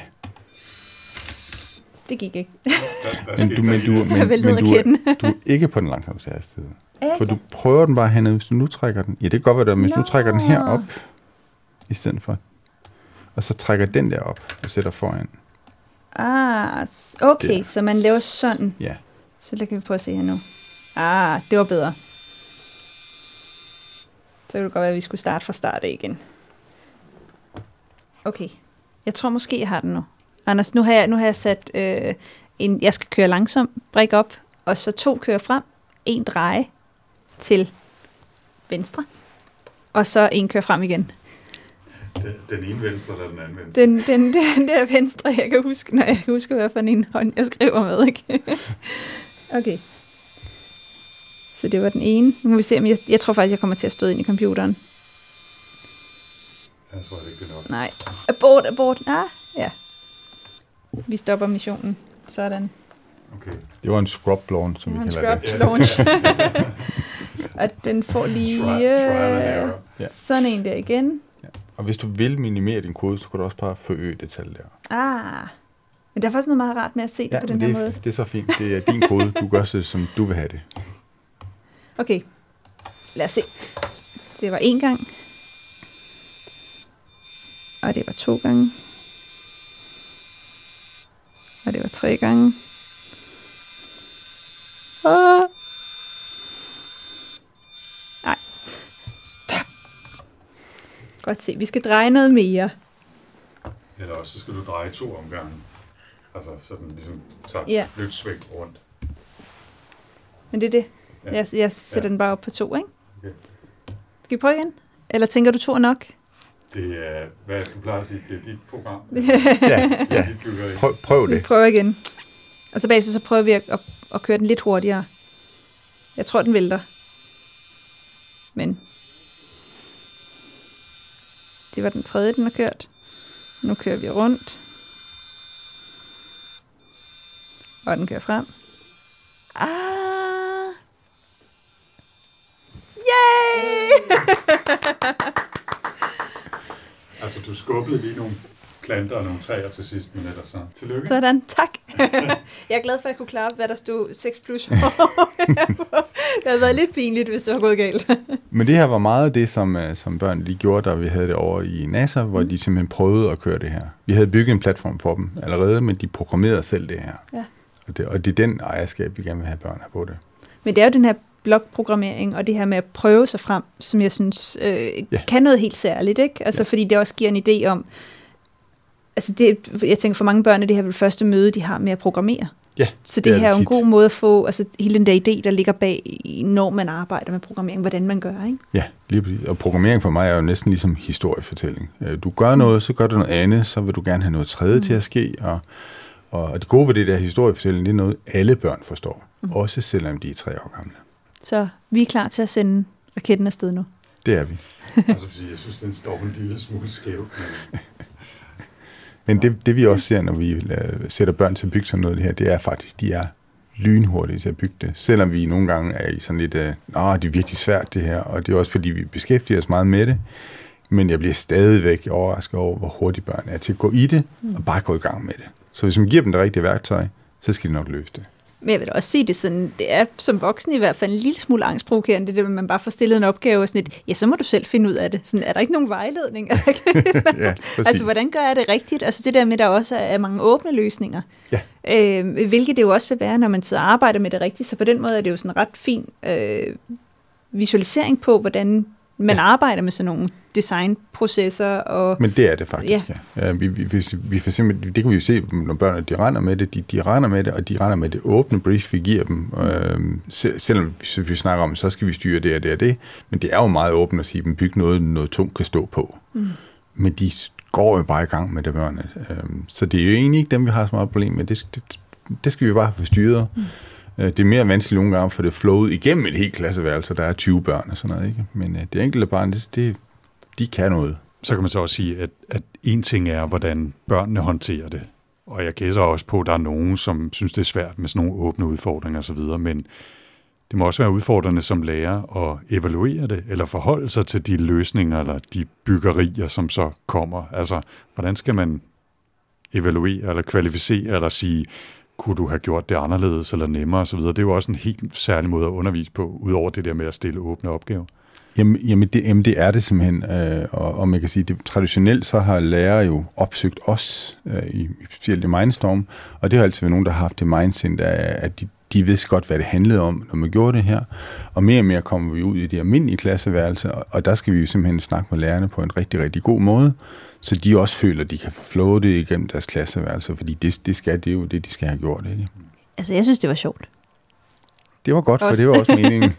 Det gik ikke. Men du er ikke på den langsomste hastighed. For du prøver den bare hernede, hvis du nu trækker den. Ja, det kan godt være, hvis du trækker den her op, i stedet for. Og så trækker den der op og sætter foran. Okay, så man laver sådan. Ja. Så det kan vi prøve at se her nu. Det var bedre. Så kan det godt være, at vi skulle starte fra start af igen. Okay. Jeg tror måske, jeg har den nu. Anders, nu har jeg sat jeg skal køre langsomt, brik op, og så 2 kører frem, 1 dreje til venstre, og så 1 kører frem igen. Den ene venstre eller den anden venstre? Den der venstre, jeg kan huske, når jeg husker, hvad for en hånd jeg skriver med, ikke? Okay. Så det var den ene. Nu må vi se, om jeg tror faktisk, jeg kommer til at støde ind i computeren. Jeg tror ikke, det er nok. Nej. Abort. Ja. Vi stopper missionen. Sådan. Okay. Det var en scrub launch, som vi kalder det. En scrub launch. Og den får lige sådan en der igen. Ja. Og hvis du vil minimere din kode, så kan du også bare forøge det tal der. Men der er faktisk noget meget rart med at se det på den her måde. Det er så fint. Det er din kode. Du gør det, som du vil have det. Okay. Lad os se. Det var 1 gang. Og det var 2 gange. Og det var 3 gange. Nej. Stop. Godt se. Vi skal dreje noget mere. Eller også så skal du dreje 2 omgange. Altså sådan ligesom tager flytsvæk rundt. Men det er det. Ja. Jeg sætter den bare op på 2, ikke? Okay. Skal vi prøve igen? Eller tænker du 2 er nok? Det er, hvad du plejer at sige, det er dit program. Ja. Prøv det. Vi prøver igen. Og så bagefter så prøver vi at køre den lidt hurtigere. Jeg tror, den vælter. Men det var den 3. den har kørt. Nu kører vi rundt. Og den kører frem. Yay! Altså, du skubbede lige nogle planter og nogle træer til sidst, men ellers så. Tillykke. Sådan, tak. Jeg er glad for, at jeg kunne klare op, hvad der stod 6+. Det havde været lidt pinligt, hvis det var gået galt. Men det her var meget det, som børn de gjorde, da vi havde det over i NASA, hvor de simpelthen prøvede at køre det her. Vi havde bygget en platform for dem allerede, men de programmerede selv det her. Ja. Og det er den ejerskab, vi gerne vil have børn her på det. Men det er jo den her blokprogrammering, og det her med at prøve sig frem, som jeg synes kan noget helt særligt, ikke? Altså fordi det også giver en idé om, altså jeg tænker for mange børn, at det her er det første møde, de har med at programmere. Ja, så det her er jo en god måde at få, altså hele den der idé, der ligger bag, når man arbejder med programmering, hvordan man gør, ikke? Ja, lige præcis. Og programmering for mig er jo næsten ligesom historiefortælling. Du gør noget, så gør du noget andet, så vil du gerne have noget tredje til at ske, og det gode ved det der historiefortælling, det er noget, alle børn forstår. Også selvom de er 3 år gamle. Så vi er klar til at sende raketten afsted nu. Det er vi. Altså fordi jeg synes, den står en lille smule skæv. Men det vi også ser, når vi sætter børn til at bygge sådan noget det her, det er faktisk, de er lynhurtige til at bygge det. Selvom vi nogle gange er i sådan lidt, det er virkelig svært det her, og det er også fordi, vi beskæftiger os meget med det. Men jeg bliver stadigvæk overrasket over, hvor hurtigt børn er til at gå i det, og bare gå i gang med det. Så hvis man giver dem det rigtige værktøj, så skal de nok løse det. Men jeg vil også sige det sådan, det er som voksen i hvert fald en lille smule angstprovokerende, det der, man bare får stillet en opgave og sådan et, ja, så må du selv finde ud af det. Sådan, er der ikke nogen vejledning? Ja, altså, hvordan gør jeg det rigtigt? Altså det der med, der også er mange åbne løsninger. Ja. Hvilket det jo også vil være, når man sidder og arbejder med det rigtigt. Så på den måde er det jo sådan en ret fin visualisering på, hvordan man arbejder med sådan nogle designprocesser. Og men det er det faktisk, ja. Vi for simpelthen, det kan vi jo se, når børnene de render med det, de render med det, og de render med det åbne brief, vi giver dem. Selvom vi snakker om, så skal vi styre det og det og det, men det er jo meget åbent at sige, at bygge noget tungt kan stå på. Men de går jo bare i gang med det, børnene. Så det er jo egentlig ikke dem, vi har så meget problem med. Det skal vi bare få styret. Det er mere vanskeligt nogle gange, for det er flowet igennem et helt klasseværelse, der er 20 børn og sådan noget, ikke? Men det enkelte barn, de kan noget. Så kan man så også sige, at en ting er, hvordan børnene håndterer det. Og jeg gætter også på, at der er nogen, som synes, det er svært med sådan nogle åbne udfordringer osv., men det må også være udfordrende som lærer at evaluere det, eller forholde sig til de løsninger, eller de byggerier, som så kommer. Altså, hvordan skal man evaluere, eller kvalificere, eller sige, kunne du have gjort det anderledes eller nemmere osv. Det er jo også en helt særlig måde at undervise på, udover det der med at stille åbne opgaver. Jamen det er det simpelthen, og man kan sige, det traditionelt så har lærere jo opsøgt os, specielt i Mindstorm, og det har altid været nogen, der har haft det mindset, at de vidste godt, hvad det handlede om, når man gjorde det her, og mere kommer vi ud i de almindelige klasseværelser, og der skal vi jo simpelthen snakke med lærerne på en rigtig, rigtig god måde, så de også føler, at de kan få flowet det igennem deres klasseværelser, fordi det er jo det, de skal have gjort, ikke? Altså, jeg synes, det var sjovt. Det var godt, for det var også meningen.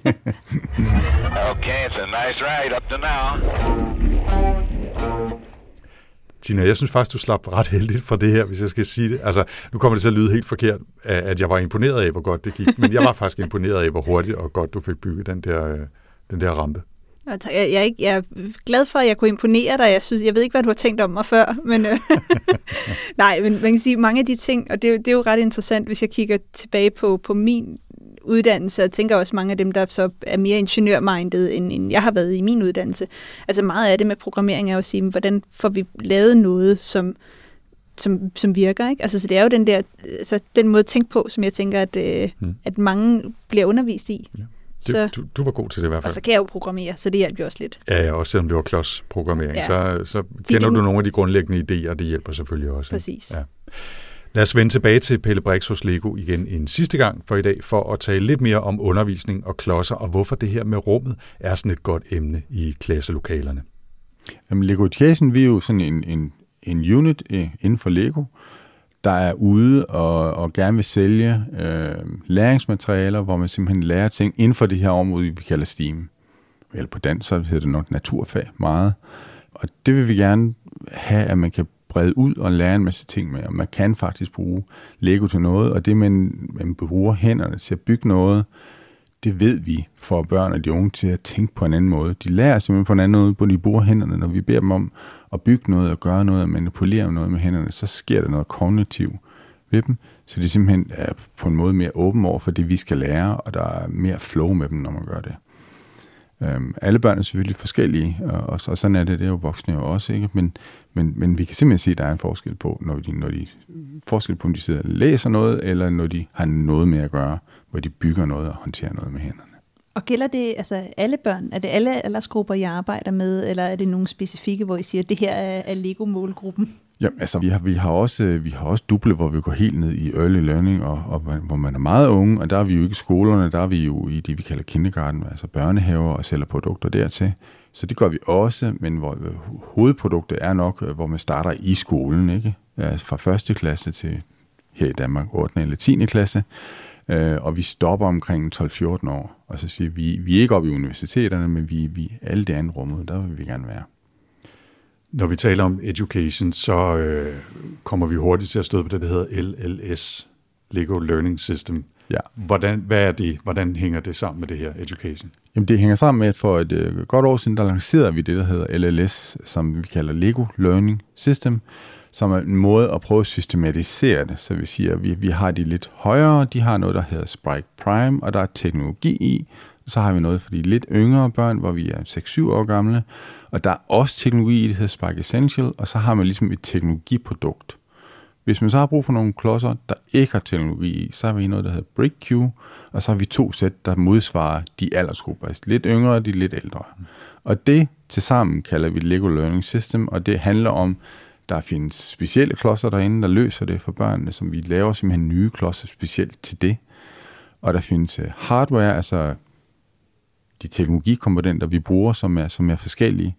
Okay, it's a nice ride up to now. Tina, jeg synes faktisk, du slap ret heldigt fra det her, hvis jeg skal sige det. Altså, nu kommer det til at lyde helt forkert, at jeg var imponeret af, hvor godt det gik, men jeg var faktisk imponeret af, hvor hurtigt og godt du fik bygget den der rampe. Jeg er glad for, at jeg kunne imponere dig. Jeg ved ikke, hvad du har tænkt om mig før, men nej, men man kan sige, mange af de ting, og det er jo ret interessant, hvis jeg kigger tilbage på min uddannelse, og tænker også mange af dem, der så er mere ingeniørmindet, end jeg har været i min uddannelse. Altså meget af det med programmering er jo at sige, hvordan får vi lavet noget, som virker, ikke? Altså, så det er jo den måde at tænke på, som jeg tænker, at mange bliver undervist i. Ja. Du var god til det i hvert fald. Og så kan jeg jo programmere, så det hjælper jo også lidt. Ja, også selvom det var klodsprogrammering, så kender du nogle af de grundlæggende idéer, det hjælper selvfølgelig også. Præcis. Ja. Lad os vende tilbage til Pelle Brix hos Lego igen en sidste gang for i dag, for at tale lidt mere om undervisning og klodser, og hvorfor det her med rummet er sådan et godt emne i klasselokalerne. Jamen, Lego Education, vi er jo sådan en unit inden for Lego, der er ude og gerne vil sælge læringsmaterialer, hvor man simpelthen lærer ting inden for det her område, vi kalder STEAM. Eller på dansk, så hedder det nok naturfag meget. Og det vil vi gerne have, at man kan brede ud og lære en masse ting med. Og man kan faktisk bruge Lego til noget, og det, man bruger hænderne til at bygge noget, det ved vi for børn og de unge til at tænke på en anden måde. De lærer simpelthen på en anden måde, hvor de bruger hænderne. Når vi beder dem om at bygge noget og gøre noget og manipulere noget med hænderne, så sker der noget kognitivt ved dem. Så det simpelthen er på en måde mere åben over for det, vi skal lære, og der er mere flow med dem, når man gør det. Alle børn er selvfølgelig forskellige, og sådan er det er jo voksne jo også, ikke? Men vi kan simpelthen se, at der er en forskel på, når de om de sidder og læser noget, eller når de har noget med at gøre, hvor de bygger noget og håndterer noget med hænderne. Og gælder det altså alle børn? Er det alle aldersgrupper, I arbejder med, eller er det nogle specifikke, hvor I siger, at det her er Lego-målgruppen? Jamen, altså, vi har også duble, hvor vi går helt ned i early learning, og hvor man er meget unge, og der er vi jo ikke i skolerne, der er vi jo i det, vi kalder kindergarten, altså børnehaver og sælger produkter dertil. Så det gør vi også, men hvor hovedproduktet er nok, hvor man starter i skolen, ikke? Ja, fra 1. klasse til her i Danmark 8. eller 10. klasse, og vi stopper omkring 12-14 år, og så siger vi er ikke oppe i universiteterne, men vi alle det andet rummet, der vil vi gerne være. Når vi taler om education, så kommer vi hurtigt til at støde på det, der hedder LLS, Lego Learning System. Ja. Hvad er det? Hvordan hænger det sammen med det her education? Jamen, det hænger sammen med, at for et godt år siden, der lancerede vi det, der hedder LLS, som vi kalder Lego Learning System, som er en måde at prøve at systematisere det. Så vi siger, at vi har de lidt højere, de har noget, der hedder Sprite Prime, og der er teknologi i. Så har vi noget for de lidt yngre børn, hvor vi er 6-7 år gamle, og der er også teknologi i, det hedder Spark Essential, og så har man ligesom et teknologiprodukt. Hvis man så har brug for nogle klodser, der ikke har teknologi i, så har vi noget, der hedder BrickQ, og så har vi 2 sæt, der modsvarer de aldersgrupper, altså lidt yngre og de lidt ældre. Og det tilsammen kalder vi Lego Learning System, og det handler om, der findes specielle klodser derinde, der løser det for børnene, som vi laver simpelthen nye klodser specielt til det. Og der findes hardware, altså de teknologikomponenter, vi bruger, som er forskellige.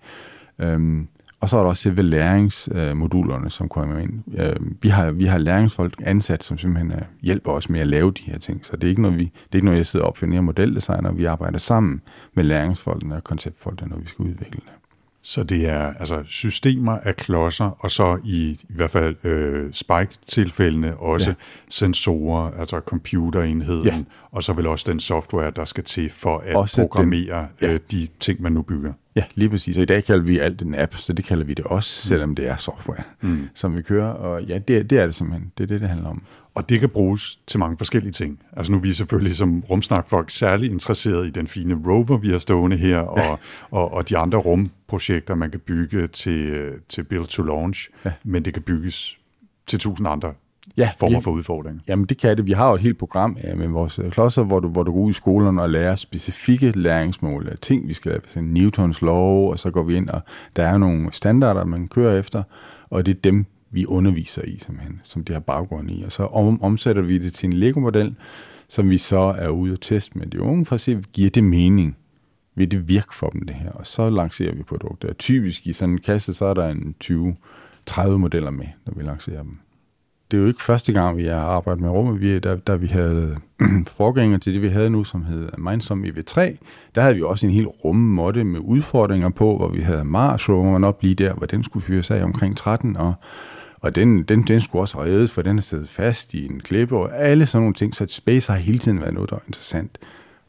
Og så er der også selve læringsmodulerne, som kommer ind. Vi har læringsfolk ansat, som simpelthen hjælper os med at lave de her ting. Så det er ikke noget, jeg sidder og opfinder modeldesigner. Vi arbejder sammen med læringsfolkene og konceptfolkene, når vi skal udvikle det. Så det er altså systemer af klodser, og så i hvert fald Spike-tilfældene også sensorer, altså computerenheden, og så vel også den software, der skal til for at også programmere de ting, man nu bygger. Ja, lige præcis. Og i dag kalder vi alt en app, så det kalder vi det også, selvom det er software, som vi kører. Og ja, det er det simpelthen. Det er det handler om. Og det kan bruges til mange forskellige ting. Altså nu er vi selvfølgelig som rumsnakfolk særlig interesseret i den fine rover, vi har stående her, og de andre rumprojekter, man kan bygge til Build to Launch, men det kan bygges til 1000 andre former for udfordringer. Jamen det kan det. Vi har jo et helt program med vores klodser, hvor du går ud i skolerne og lærer specifikke læringsmål af ting. Vi skal lave Newtons lov, og så går vi ind, og der er nogle standarder, man kører efter, og det er dem, vi underviser i, simpelthen, som det har baggrund i. Og så omsætter vi det til en Lego-model, som vi så er ude og teste med de unge, for at se, giver det mening? Vil det virke for dem, det her? Og så lancerer vi produkter. Typisk i sådan en kasse, så er der en 20-30 modeller med, når vi lancerer dem. Det er jo ikke første gang, vi har arbejdet med rummet. Da vi havde forgænger til det, vi havde nu, som hed Mindstorm EV3, der havde vi også en hel rummåtte med udfordringer på, hvor vi havde Mars rover op lige der, hvor den skulle fyres af omkring 13, og den skulle også reddes, for den er siddet fast i en klippe, og alle sådan nogle ting, så space har hele tiden været noget, der er interessant.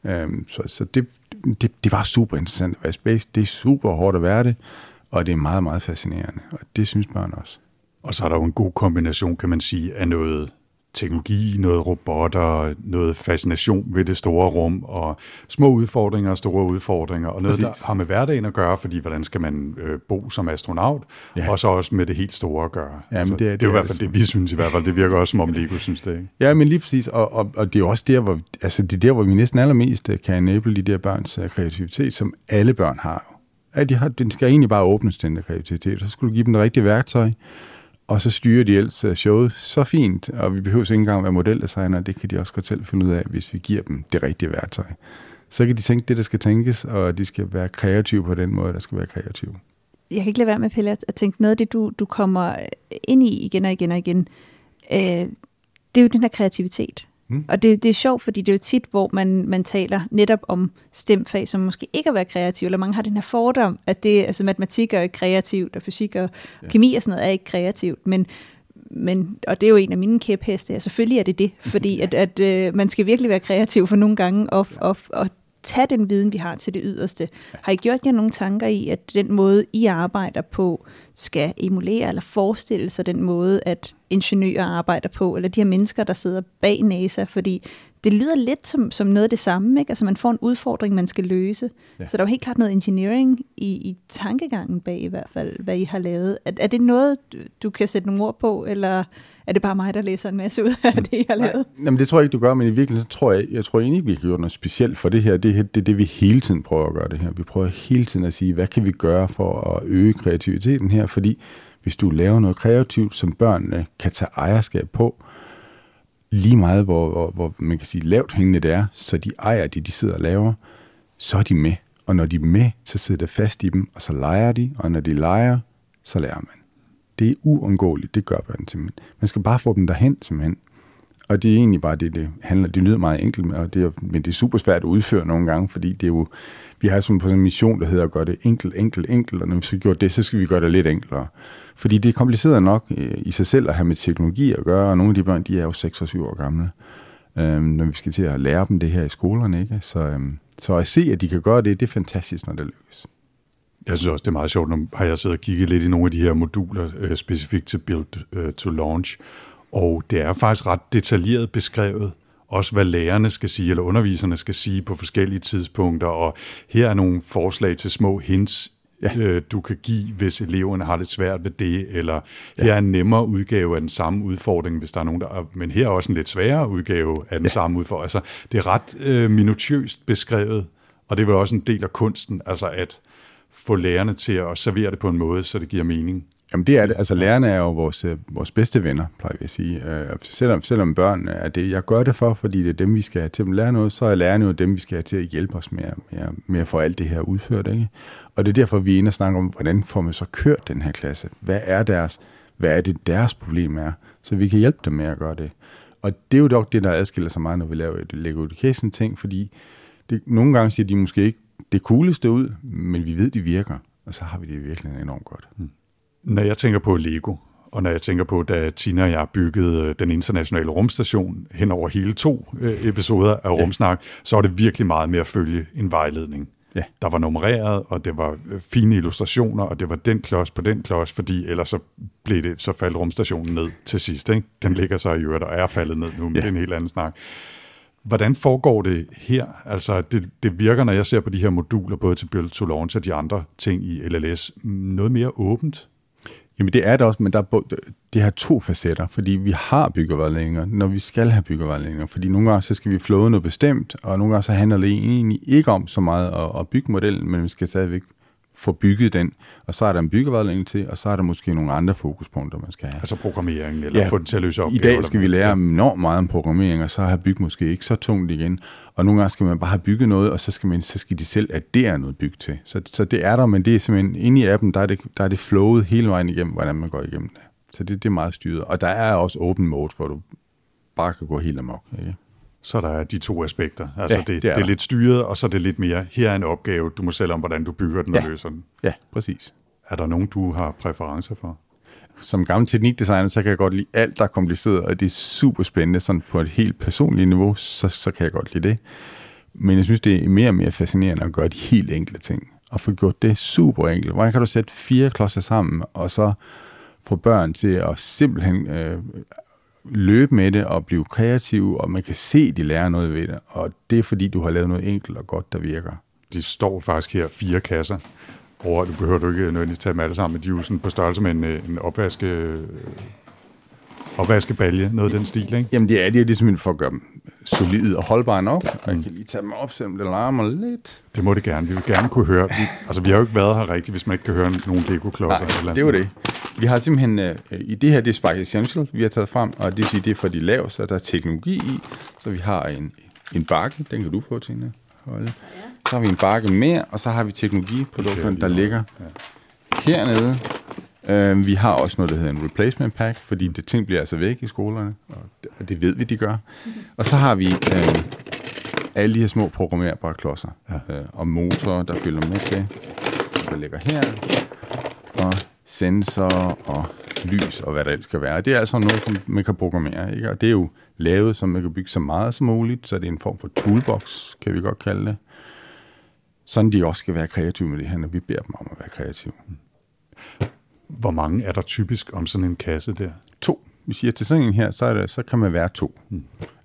Så det var super interessant at være space. Det er super hårdt at være det, og det er meget, meget fascinerende, og det synes børn også. Og så er der jo en god kombination, kan man sige, af noget teknologi, noget robotter, noget fascination ved det store rum, og små udfordringer og store udfordringer, og noget, der har med hverdagen at gøre, fordi hvordan skal man bo som astronaut, og så også med det helt store at gøre. Ja, altså, det er jo i hvert fald det, vi synes i hvert fald. Det virker også, som om Lego synes det, ikke? Ja, men lige præcis, og det er jo også der, hvor, altså det er der, hvor vi næsten allermest kan enable de der børns kreativitet, som alle børn har. Ja, den skal egentlig bare åbnes, den der kreativitet, så skulle du give dem det rigtige værktøj, og så styrer de ellers showet så fint, og vi behøver ikke engang være modeldesigner, det kan de også godt selv finde ud af, hvis vi giver dem det rigtige værktøj. Så kan de tænke det, der skal tænkes, og de skal være kreative på den måde, der skal være kreative. Jeg kan ikke lade være med, Pelle, at tænke noget af det, du kommer ind i igen og igen og igen, det er jo den her kreativitet. Og det er sjovt, fordi det er jo tit, hvor man taler netop om STEM-fag, som måske ikke er være kreativ, eller mange har den her fordom, at det, altså matematik er ikke kreativt, og fysik og kemi og sådan noget er ikke kreativt, men og det er jo en af mine kæpheste, ja, selvfølgelig er det, fordi at man skal virkelig være kreativ for nogle gange, og tage den viden, vi har til det yderste. Har I gjort jer nogle tanker i, at den måde, I arbejder på, skal emulere eller forestille sig den måde, at ingeniører arbejder på, eller de her mennesker, der sidder bag NASA, fordi det lyder lidt som noget af det samme, ikke? Altså man får en udfordring, man skal løse. Ja. Så der er jo helt klart noget engineering i tankegangen bag i hvert fald, hvad I har lavet. Er det noget, du kan sætte nogle ord på, eller er det bare mig, der læser en masse ud af det, I har lavet? Jamen det tror jeg ikke, du gør, men i virkeligheden tror jeg egentlig, vi har gjort noget specielt for det her. Det er det, vi hele tiden prøver at gøre det her. Vi prøver hele tiden at sige, hvad kan vi gøre for at øge kreativiteten her? Fordi hvis du laver noget kreativt, som børnene kan tage ejerskab på, lige meget, hvor man kan sige lavt hængende det er, så de ejer de sidder og laver, så er de med. Og når de er med, så sidder det fast i dem, og så leger de, og når de leger, så lærer man. Det er uundgåeligt, det gør børn simpelthen. Man skal bare få dem derhen simpelthen. Og det er egentlig bare det handler. Det lyder meget enkelt, men det er super svært at udføre nogle gange, fordi det er jo, vi har sådan på sådan en mission, der hedder at gøre det enkelt, og når vi skal gøre det, så skal vi gøre det lidt enklere. Fordi det er kompliceret nok i sig selv at have med teknologi at gøre, og nogle af de børn, de er jo 6 og 7 år gamle, når vi skal til at lære dem det her i skolerne, ikke? Så at se, at de kan gøre det er fantastisk, når det lykkes. Jeg synes også, det er meget sjovt, når har jeg siddet og kigget lidt i nogle af de her moduler, specifikt til Build to Launch, og det er faktisk ret detaljeret beskrevet, også hvad lærerne skal sige, eller underviserne skal sige på forskellige tidspunkter, og her er nogle forslag til små hints, du kan give, hvis eleverne har lidt svært ved det, eller her er en nemmere udgave af den samme udfordring, hvis der er nogen, men her er også en lidt sværere udgave af den samme udfordring. Altså, det er ret minutiøst beskrevet, og det er vel også en del af kunsten, altså at få lærerne til at servere det på en måde, så det giver mening. Jamen det er det. Altså lærerne er jo vores bedste venner, plejer vi at sige. Selvom børn er det, jeg gør det for, fordi det er dem, vi skal have til at lære noget, så er lærerne jo dem, vi skal have til at hjælpe os med at få alt det her udført. Ikke? Og det er derfor, vi er inde og snakker om, hvordan får man så kørt den her klasse? Hvad er det deres problem er? Så vi kan hjælpe dem med at gøre det. Og det er jo nok det, der adskiller sig meget, når vi laver et Lego Education ting, fordi nogle gange siger de måske ikke det cooleste ud, men vi ved, de virker, og så har vi det virkelig enormt godt. Når jeg tænker på Lego, og når jeg tænker på, da Tina og jeg byggede den internationale rumstation hen over hele 2 episoder af Rumsnak, så var det virkelig meget med at følge en vejledning. Ja. Der var nummereret, og det var fine illustrationer, og det var den klods på den klods, fordi ellers så faldt rumstationen ned til sidst. Ikke? Den ligger så i øvrigt og er faldet ned nu, men det er en helt anden snak. Hvordan foregår det her? Altså, det virker, når jeg ser på de her moduler, både til Build to Launch og de andre ting i LLS, noget mere åbent? Jamen det er det også, men det har 2 facetter, fordi vi har byggervejledninger, når vi skal have byggervejledninger, fordi nogle gange så skal vi flåde noget bestemt, og nogle gange så handler det egentlig ikke om så meget at bygge modellen, men vi skal stadigvæk få bygget den, og så er der en byggevejledning til, og så er der måske nogle andre fokuspunkter, man skal have. Altså programmering, eller få den til at løse opgaver. I dag skal vi lære enormt meget om programmering, og så har bygget måske ikke så tungt igen, og nogle gange skal man bare have bygget noget, og så skal de selv addere noget bygge til. Så det er der, men det er simpelthen, inde i appen, der er det flowet hele vejen igennem, hvordan man går igennem det. Så det er meget styret. Og der er også open mode, hvor du bare kan gå helt amok, ikke? Så der er de 2 aspekter. Altså det er lidt styret, og så er det lidt mere, her er en opgave, du må selv om, hvordan du bygger den og løser den. Ja, præcis. Er der nogen, du har præferencer for? Som gammel teknikdesigner, så kan jeg godt lide alt, der er kompliceret, og det er super spændende, sådan på et helt personligt niveau, så kan jeg godt lide det. Men jeg synes, det er mere og mere fascinerende at gøre de helt enkle ting, og få gjort det super enkelt. Hvordan kan du sætte 4 klodser sammen, og så få børn til at simpelthen løbe med det og blive kreative, og man kan se, at de lærer noget ved det. Og det er fordi, du har lavet noget enkelt og godt, der virker. De står faktisk her 4 kasser. Du behøver du ikke nødvendigvis tage dem alle sammen, men de er jo sådan på størrelse med en opvaskebalje, noget af den stil, ikke? Jamen det er simpelthen for at gøre dem solide og holdbare nok. Og jeg kan lige tage dem op, selvom det larmer lidt. Det må det gerne. Vi vil gerne kunne høre. Vi har jo ikke været her rigtigt, hvis man ikke kan høre nogle Lego-klodser. Nej, det var det. Vi har simpelthen, i det her, det er Spark Essential, vi har taget frem, og det vil sige, det er for de lav, så der er teknologi i. Så vi har en bakke, den kan du få, Tina. Så har vi en bakke mere, og så har vi teknologiprodukterne, der ligger hernede. Vi har også noget, der hedder en replacement pack, fordi det ting bliver altså væk i skolerne, og det ved vi, de gør. Og så har vi alle de her små programmerbare klodser, og motorer, der følger med til, der ligger her, og sensorer og lys og hvad der ellers skal være. Det er altså noget, som man kan programmere, ikke? Og det er jo lavet, så man kan bygge så meget som muligt, så det er en form for toolbox, kan vi godt kalde det. Sådan de også skal være kreative med det her, når vi beder dem om at være kreative. Hvor mange er der typisk om sådan en kasse der? 2. Vi siger, til sådan en her, så kan man være 2.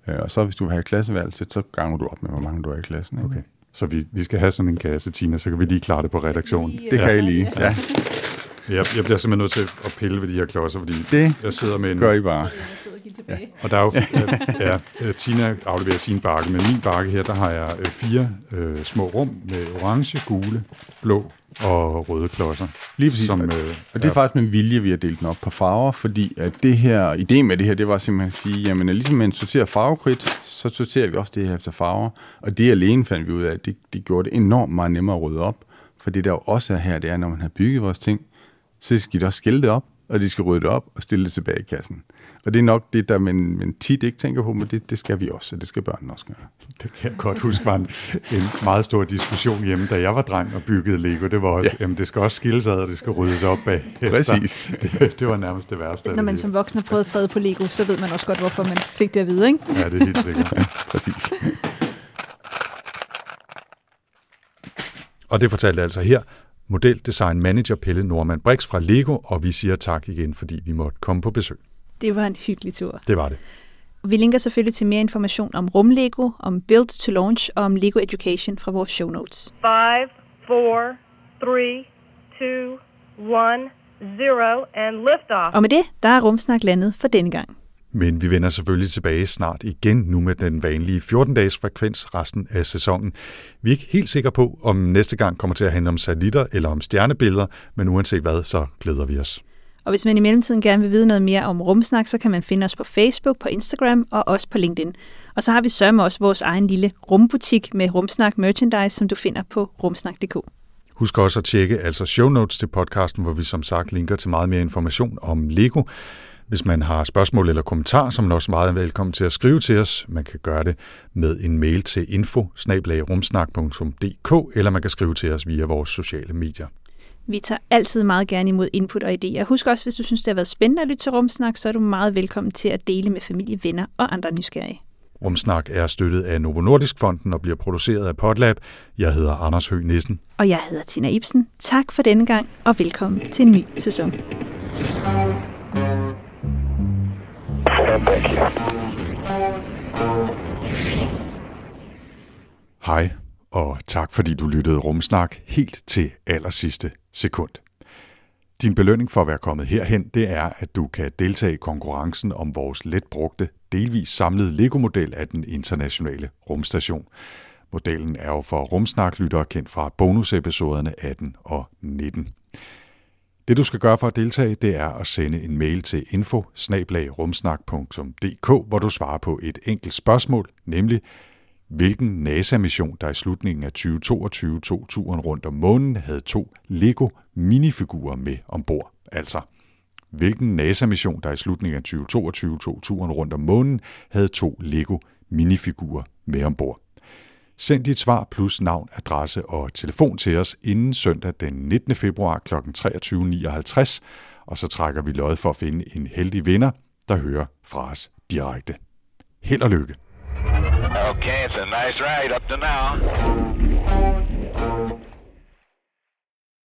Og så hvis du vil have klasseværelset, så ganger du op med, hvor mange du er i klassen. Ikke? Okay. Så vi skal have sådan en kasse, Tina, så kan vi lige klare det på redaktionen. Det kan jeg lige, ja. Jeg bliver simpelthen nødt til at pille ved de her klodser, fordi jeg sidder med en... gør I bare. Ja. Og der er jo... Tina afleverer sin bakke, men min bakke her, der har jeg 4 små rum med orange, gule, blå og røde klodser. Lige præcis. Og det er faktisk med vilje, vi har delt den op på farver, fordi at det her, ideen med det her, det var simpelthen at sige, jamen ligesom man sorterer farvekridt, så sorterer vi også det her efter farver. Og det alene fandt vi ud af, at det gjorde det enormt meget nemmere at rydde op. For det der jo også er her, det er, når man har bygget vores ting, så skal de også skille det op, og de skal rydde det op og stille det tilbage i kassen. Og det er nok det, der man tit ikke tænker på, men det skal vi også, og det skal børnene også gøre. Det kan jeg godt huske var en meget stor diskussion hjemme, da jeg var dreng og byggede Lego. Det var også, jamen det skal også skilles ad, og det skal ryddes op bag. Præcis. Det var nærmest det værste. Når man som voksen har prøvet at træde på Lego, så ved man også godt, hvorfor man fik det at vide, ikke? Ja, det er helt sikkert. Ja, præcis. Og det fortalte altså her modeldesign manager Pelle Norman Brix fra Lego, og vi siger tak igen, fordi vi måtte komme på besøg. Det var en hyggelig tur. Det var det. Vi linker selvfølgelig til mere information om RumLego, om Build to Launch og om Lego Education fra vores show notes. 5, 4, 3, 2, 1, 0, and liftoff. Og med det, der er Rumsnak landet for denne gang. Men vi vender selvfølgelig tilbage snart igen, nu med den vanlige 14-dages frekvens resten af sæsonen. Vi er ikke helt sikre på, om næste gang kommer til at handle om satellitter eller om stjernebilleder, men uanset hvad, så glæder vi os. Og hvis man i mellemtiden gerne vil vide noget mere om Rumsnak, så kan man finde os på Facebook, på Instagram og også på LinkedIn. Og så har vi sørme også vores egen lille rumbutik med Rumsnak merchandise, som du finder på rumsnak.dk. Husk også at tjekke altså show notes til podcasten, hvor vi som sagt linker til meget mere information om Lego. Hvis man har spørgsmål eller kommentarer, så er man også meget velkommen til at skrive til os. Man kan gøre det med en mail til info@rumsnak.dk, eller man kan skrive til os via vores sociale medier. Vi tager altid meget gerne imod input og idéer. Husk også, hvis du synes, det har været spændende at lytte til Rumsnak, så er du meget velkommen til at dele med familie, venner og andre nysgerrige. Rumsnak er støttet af Novo Nordisk Fonden og bliver produceret af Podlab. Jeg hedder Anders Høgh Nissen. Og jeg hedder Tina Ibsen. Tak for denne gang, og velkommen til en ny sæson. Hej, og tak fordi du lyttede Rumsnak helt til allersidste sekund. Din belønning for at være kommet herhen, det er, at du kan deltage i konkurrencen om vores let brugte, delvis samlede Lego-model af den internationale rumstation. Modellen er jo for Rumsnak-lyttere kendt fra bonusepisoderne 18 og 19. Det du skal gøre for at deltage, det er at sende en mail til info@rumsnak.dk, hvor du svarer på et enkelt spørgsmål, nemlig hvilken NASA-mission, der i slutningen af 2022 tog turen rundt om månen, havde 2 Lego-minifigurer med ombord. Altså, hvilken NASA-mission, der i slutningen af 2022 tog turen rundt om månen, havde 2 Lego-minifigurer med ombord. Send dit svar plus navn, adresse og telefon til os inden søndag den 19. februar kl. 23.59, og så trækker vi lod for at finde en heldig vinder, der hører fra os direkte. Held og lykke! Okay, it's a nice ride up to now.